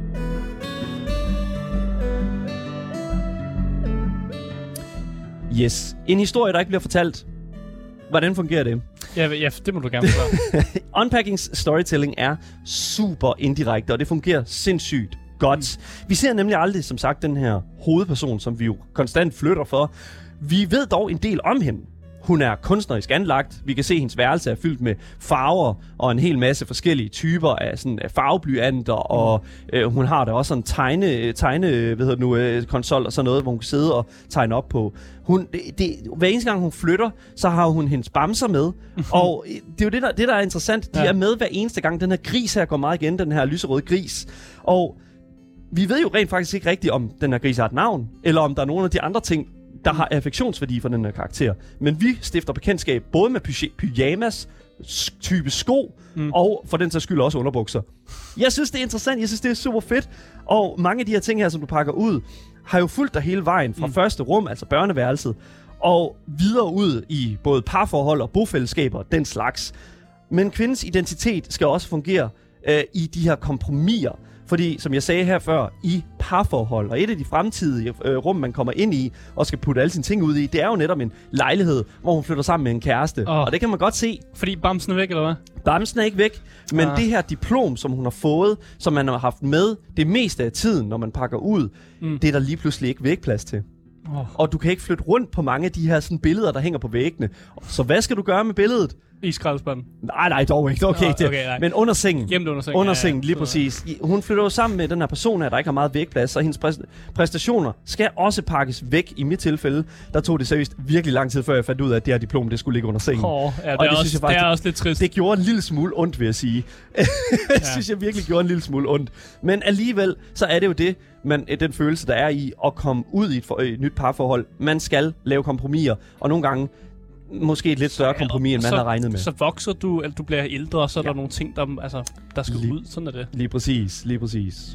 A: Yes. En historie, der ikke bliver fortalt. Hvordan fungerer det?
B: Ja, ja det må du gerne forklare.
A: Unpackings storytelling er super indirekte, og det fungerer sindssygt godt. Mm. Vi ser nemlig aldrig, som sagt, den her hovedperson, som vi jo konstant flytter for. Vi ved dog en del om hende. Hun er kunstnerisk anlagt. Vi kan se, at hendes værelse er fyldt med farver og en hel masse forskellige typer af, sådan, af farveblyanter. Mm. Og øh, hun har da også sådan en tegne, tegne hvad hedder det nu, øh, konsol og sådan noget, hvor hun kan sidde og tegne op på. Hun, det, det, hver eneste gang hun flytter, så har hun hendes bamser med. Og det er jo det, der, det, der er interessant. De ja. er med hver eneste gang. Den her gris her går meget igen, den her lyserøde gris. Og vi ved jo rent faktisk ikke rigtigt, om den her gris har et navn, eller om der er nogle af de andre ting, der har affektionsværdi for den her karakter. Men vi stifter bekendtskab både med py- pyjamas, type sko, mm. og for den sags skyld også underbukser. Jeg synes, det er interessant. Jeg synes, det er super fedt. Og mange af de her ting her, som du pakker ud, har jo fulgt dig hele vejen fra mm. første rum, altså børneværelset, og videre ud i både parforhold og bofællesskaber, den slags. Men kvindens identitet skal også fungere øh, i de her kompromiser. Fordi, som jeg sagde her før, i parforhold, og et af de fremtidige øh, rum, man kommer ind i, og skal putte alle sine ting ud i, det er jo netop en lejlighed, hvor hun flytter sammen med en kæreste. Oh. Og det kan man godt se.
B: Fordi bamsen er væk, eller hvad?
A: Bamsen er ikke væk, men ah. det her diplom, som hun har fået, som man har haft med det meste af tiden, når man pakker ud, mm. det er der lige pludselig ikke vægplads til. Oh. Og du kan ikke flytte rundt på mange af de her sådan, billeder, der hænger på væggene. Så hvad skal du gøre med billedet?
B: I skraldespanden?
A: Nej, nej, dog ikke. Okay, Nå, okay,
B: det.
A: Men under sengen.
B: Gemt under sengen.
A: Under sengen, ja, ja. Lige præcis. Hun flytter jo sammen med den her person her, der ikke har meget vægplads, så hendes præ- præstationer skal også pakkes væk. I mit tilfælde, der tog det seriøst virkelig lang tid, før jeg fandt ud af, at det her diplom, det skulle ligge under sengen.
B: Oh, ja, det, og det, også, synes jeg faktisk, det er også lidt trist.
A: Det gjorde en lille smule ondt, vil jeg sige. Det ja. synes jeg virkelig gjorde en lille smule ondt. Men alligevel, så er det jo det, man, den følelse, der er i at komme ud i et, for, et nyt parforhold. Man skal lave kompromiser, og nogle gange måske et lidt større kompromis, end man
B: så,
A: har regnet med.
B: Så vokser du, eller du bliver ældre, og så er ja. der nogle ting, der, altså, der skal lige, ud. Sådan er det.
A: Lige præcis, lige præcis.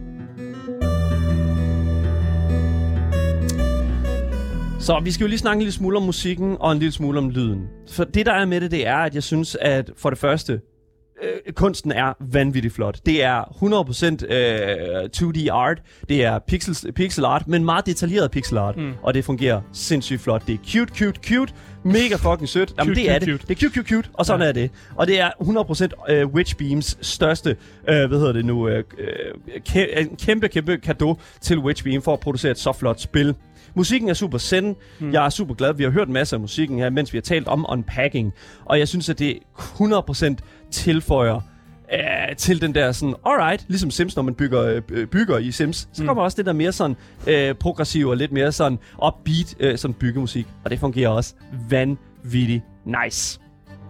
A: Så vi skal jo lige snakke en lille smule om musikken, og en lille smule om lyden. For det, der er med det, det er, at jeg synes, at for det første, øh, kunsten er vanvittigt flot. Det er hundrede procent øh, to D art, det er pixel, pixel art, men meget detaljeret pixel art, mm. og det fungerer sindssygt flot. Det er cute, cute, cute, mega fucking sødt. Jamen,
B: cute,
A: det er
B: cute,
A: det. Det er cute, cute, cute, og sådan ja. er det. Og det er hundrede procent øh, Witchbeams største, øh, hvad hedder det nu, øh, kæ- en kæmpe, kæmpe cadeau til Witchbeam for at producere et så flot spil. Musikken er super zen. Hmm. Jeg er super glad. Vi har hørt en masse af musikken her, mens vi har talt om Unpacking. Og jeg synes, at det hundrede procent tilføjer øh, til den der sådan, alright, ligesom Sims, når man bygger, øh, bygger i Sims, så kommer hmm. også det der mere sådan øh, progressiv og lidt mere sådan upbeat øh, sådan byggemusik. Og det fungerer også vanvittigt nice.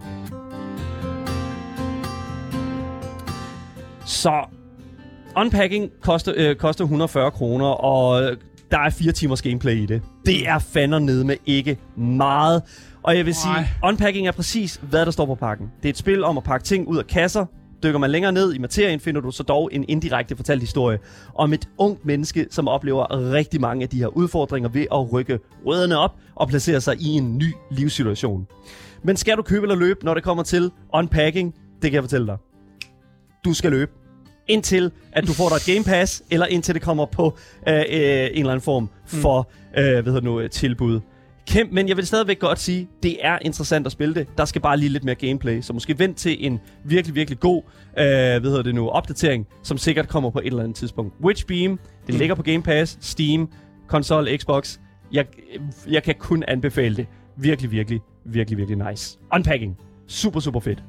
A: Så Unpacking koster, øh, koster et hundrede og fyrre kroner, og der er fire timers gameplay i det. Det er fandme nede med ikke meget. Og jeg vil sige, Ej. Unpacking er præcis, hvad der står på pakken. Det er et spil om at pakke ting ud af kasser. Dykker man længere ned i materien, finder du så dog en indirekte fortalt historie om et ungt menneske, som oplever rigtig mange af de her udfordringer ved at rykke rødderne op og placere sig i en ny livssituation. Men skal du købe eller løbe, når det kommer til Unpacking? Det kan jeg fortælle dig. Du skal løbe. Indtil at du får dig et Game Pass, eller indtil det kommer på øh, øh, en eller anden form for øh, hvad hedder nu, tilbud. Kæmpe, men jeg vil stadigvæk godt sige, det er interessant at spille det. Der skal bare lige lidt mere gameplay, så måske vent til en virkelig, virkelig god øh, hvad hedder det nu, opdatering, som sikkert kommer på et eller andet tidspunkt. Witchbeam, det ligger på Game Pass, Steam, konsol, Xbox. Jeg, jeg kan kun anbefale det. Virkelig, virkelig, virkelig, virkelig nice. Unpacking. Super, super fedt.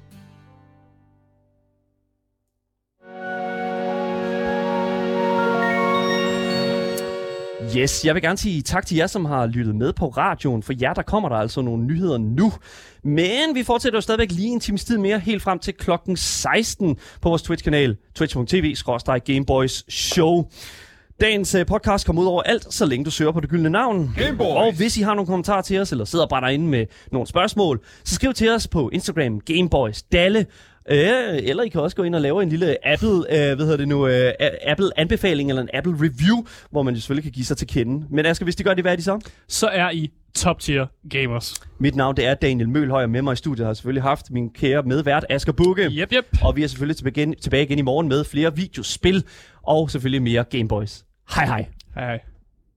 A: Yes, jeg vil gerne sige tak til jer, som har lyttet med på radioen. For jer, der kommer der altså nogle nyheder nu. Men vi fortsætter jo stadigvæk lige en times tid mere, helt frem til klokken seksten på vores Twitch-kanal, twitch punktum tv skråstreg gameboys show. Dagens uh, podcast kommer ud over alt, så længe du søger på det gyldne navn.
C: Gameboys.
A: Og hvis I har nogle kommentarer til os, eller sidder og brænder inde med nogle spørgsmål, så skriv til os på Instagram, Gameboys Dalle. Øh, eller I kan også gå ind og lave en lille Apple, øh, hvad hedder det nu, øh, Apple-anbefaling eller en Apple-review, hvor man jo selvfølgelig kan give sig til kende. Men Asger, hvis de gør det, hvad er de så?
B: Så er I top-tier gamers.
A: Mit navn, det er Daniel Mølhøj, og med mig i studiet har jeg selvfølgelig haft min kære medvært, Asger Bugge.
B: Yep, yep.
A: Og vi er selvfølgelig tilbage, tilbage igen i morgen med flere videospil, og selvfølgelig mere Gameboys. Hej hej.
B: Hej hej.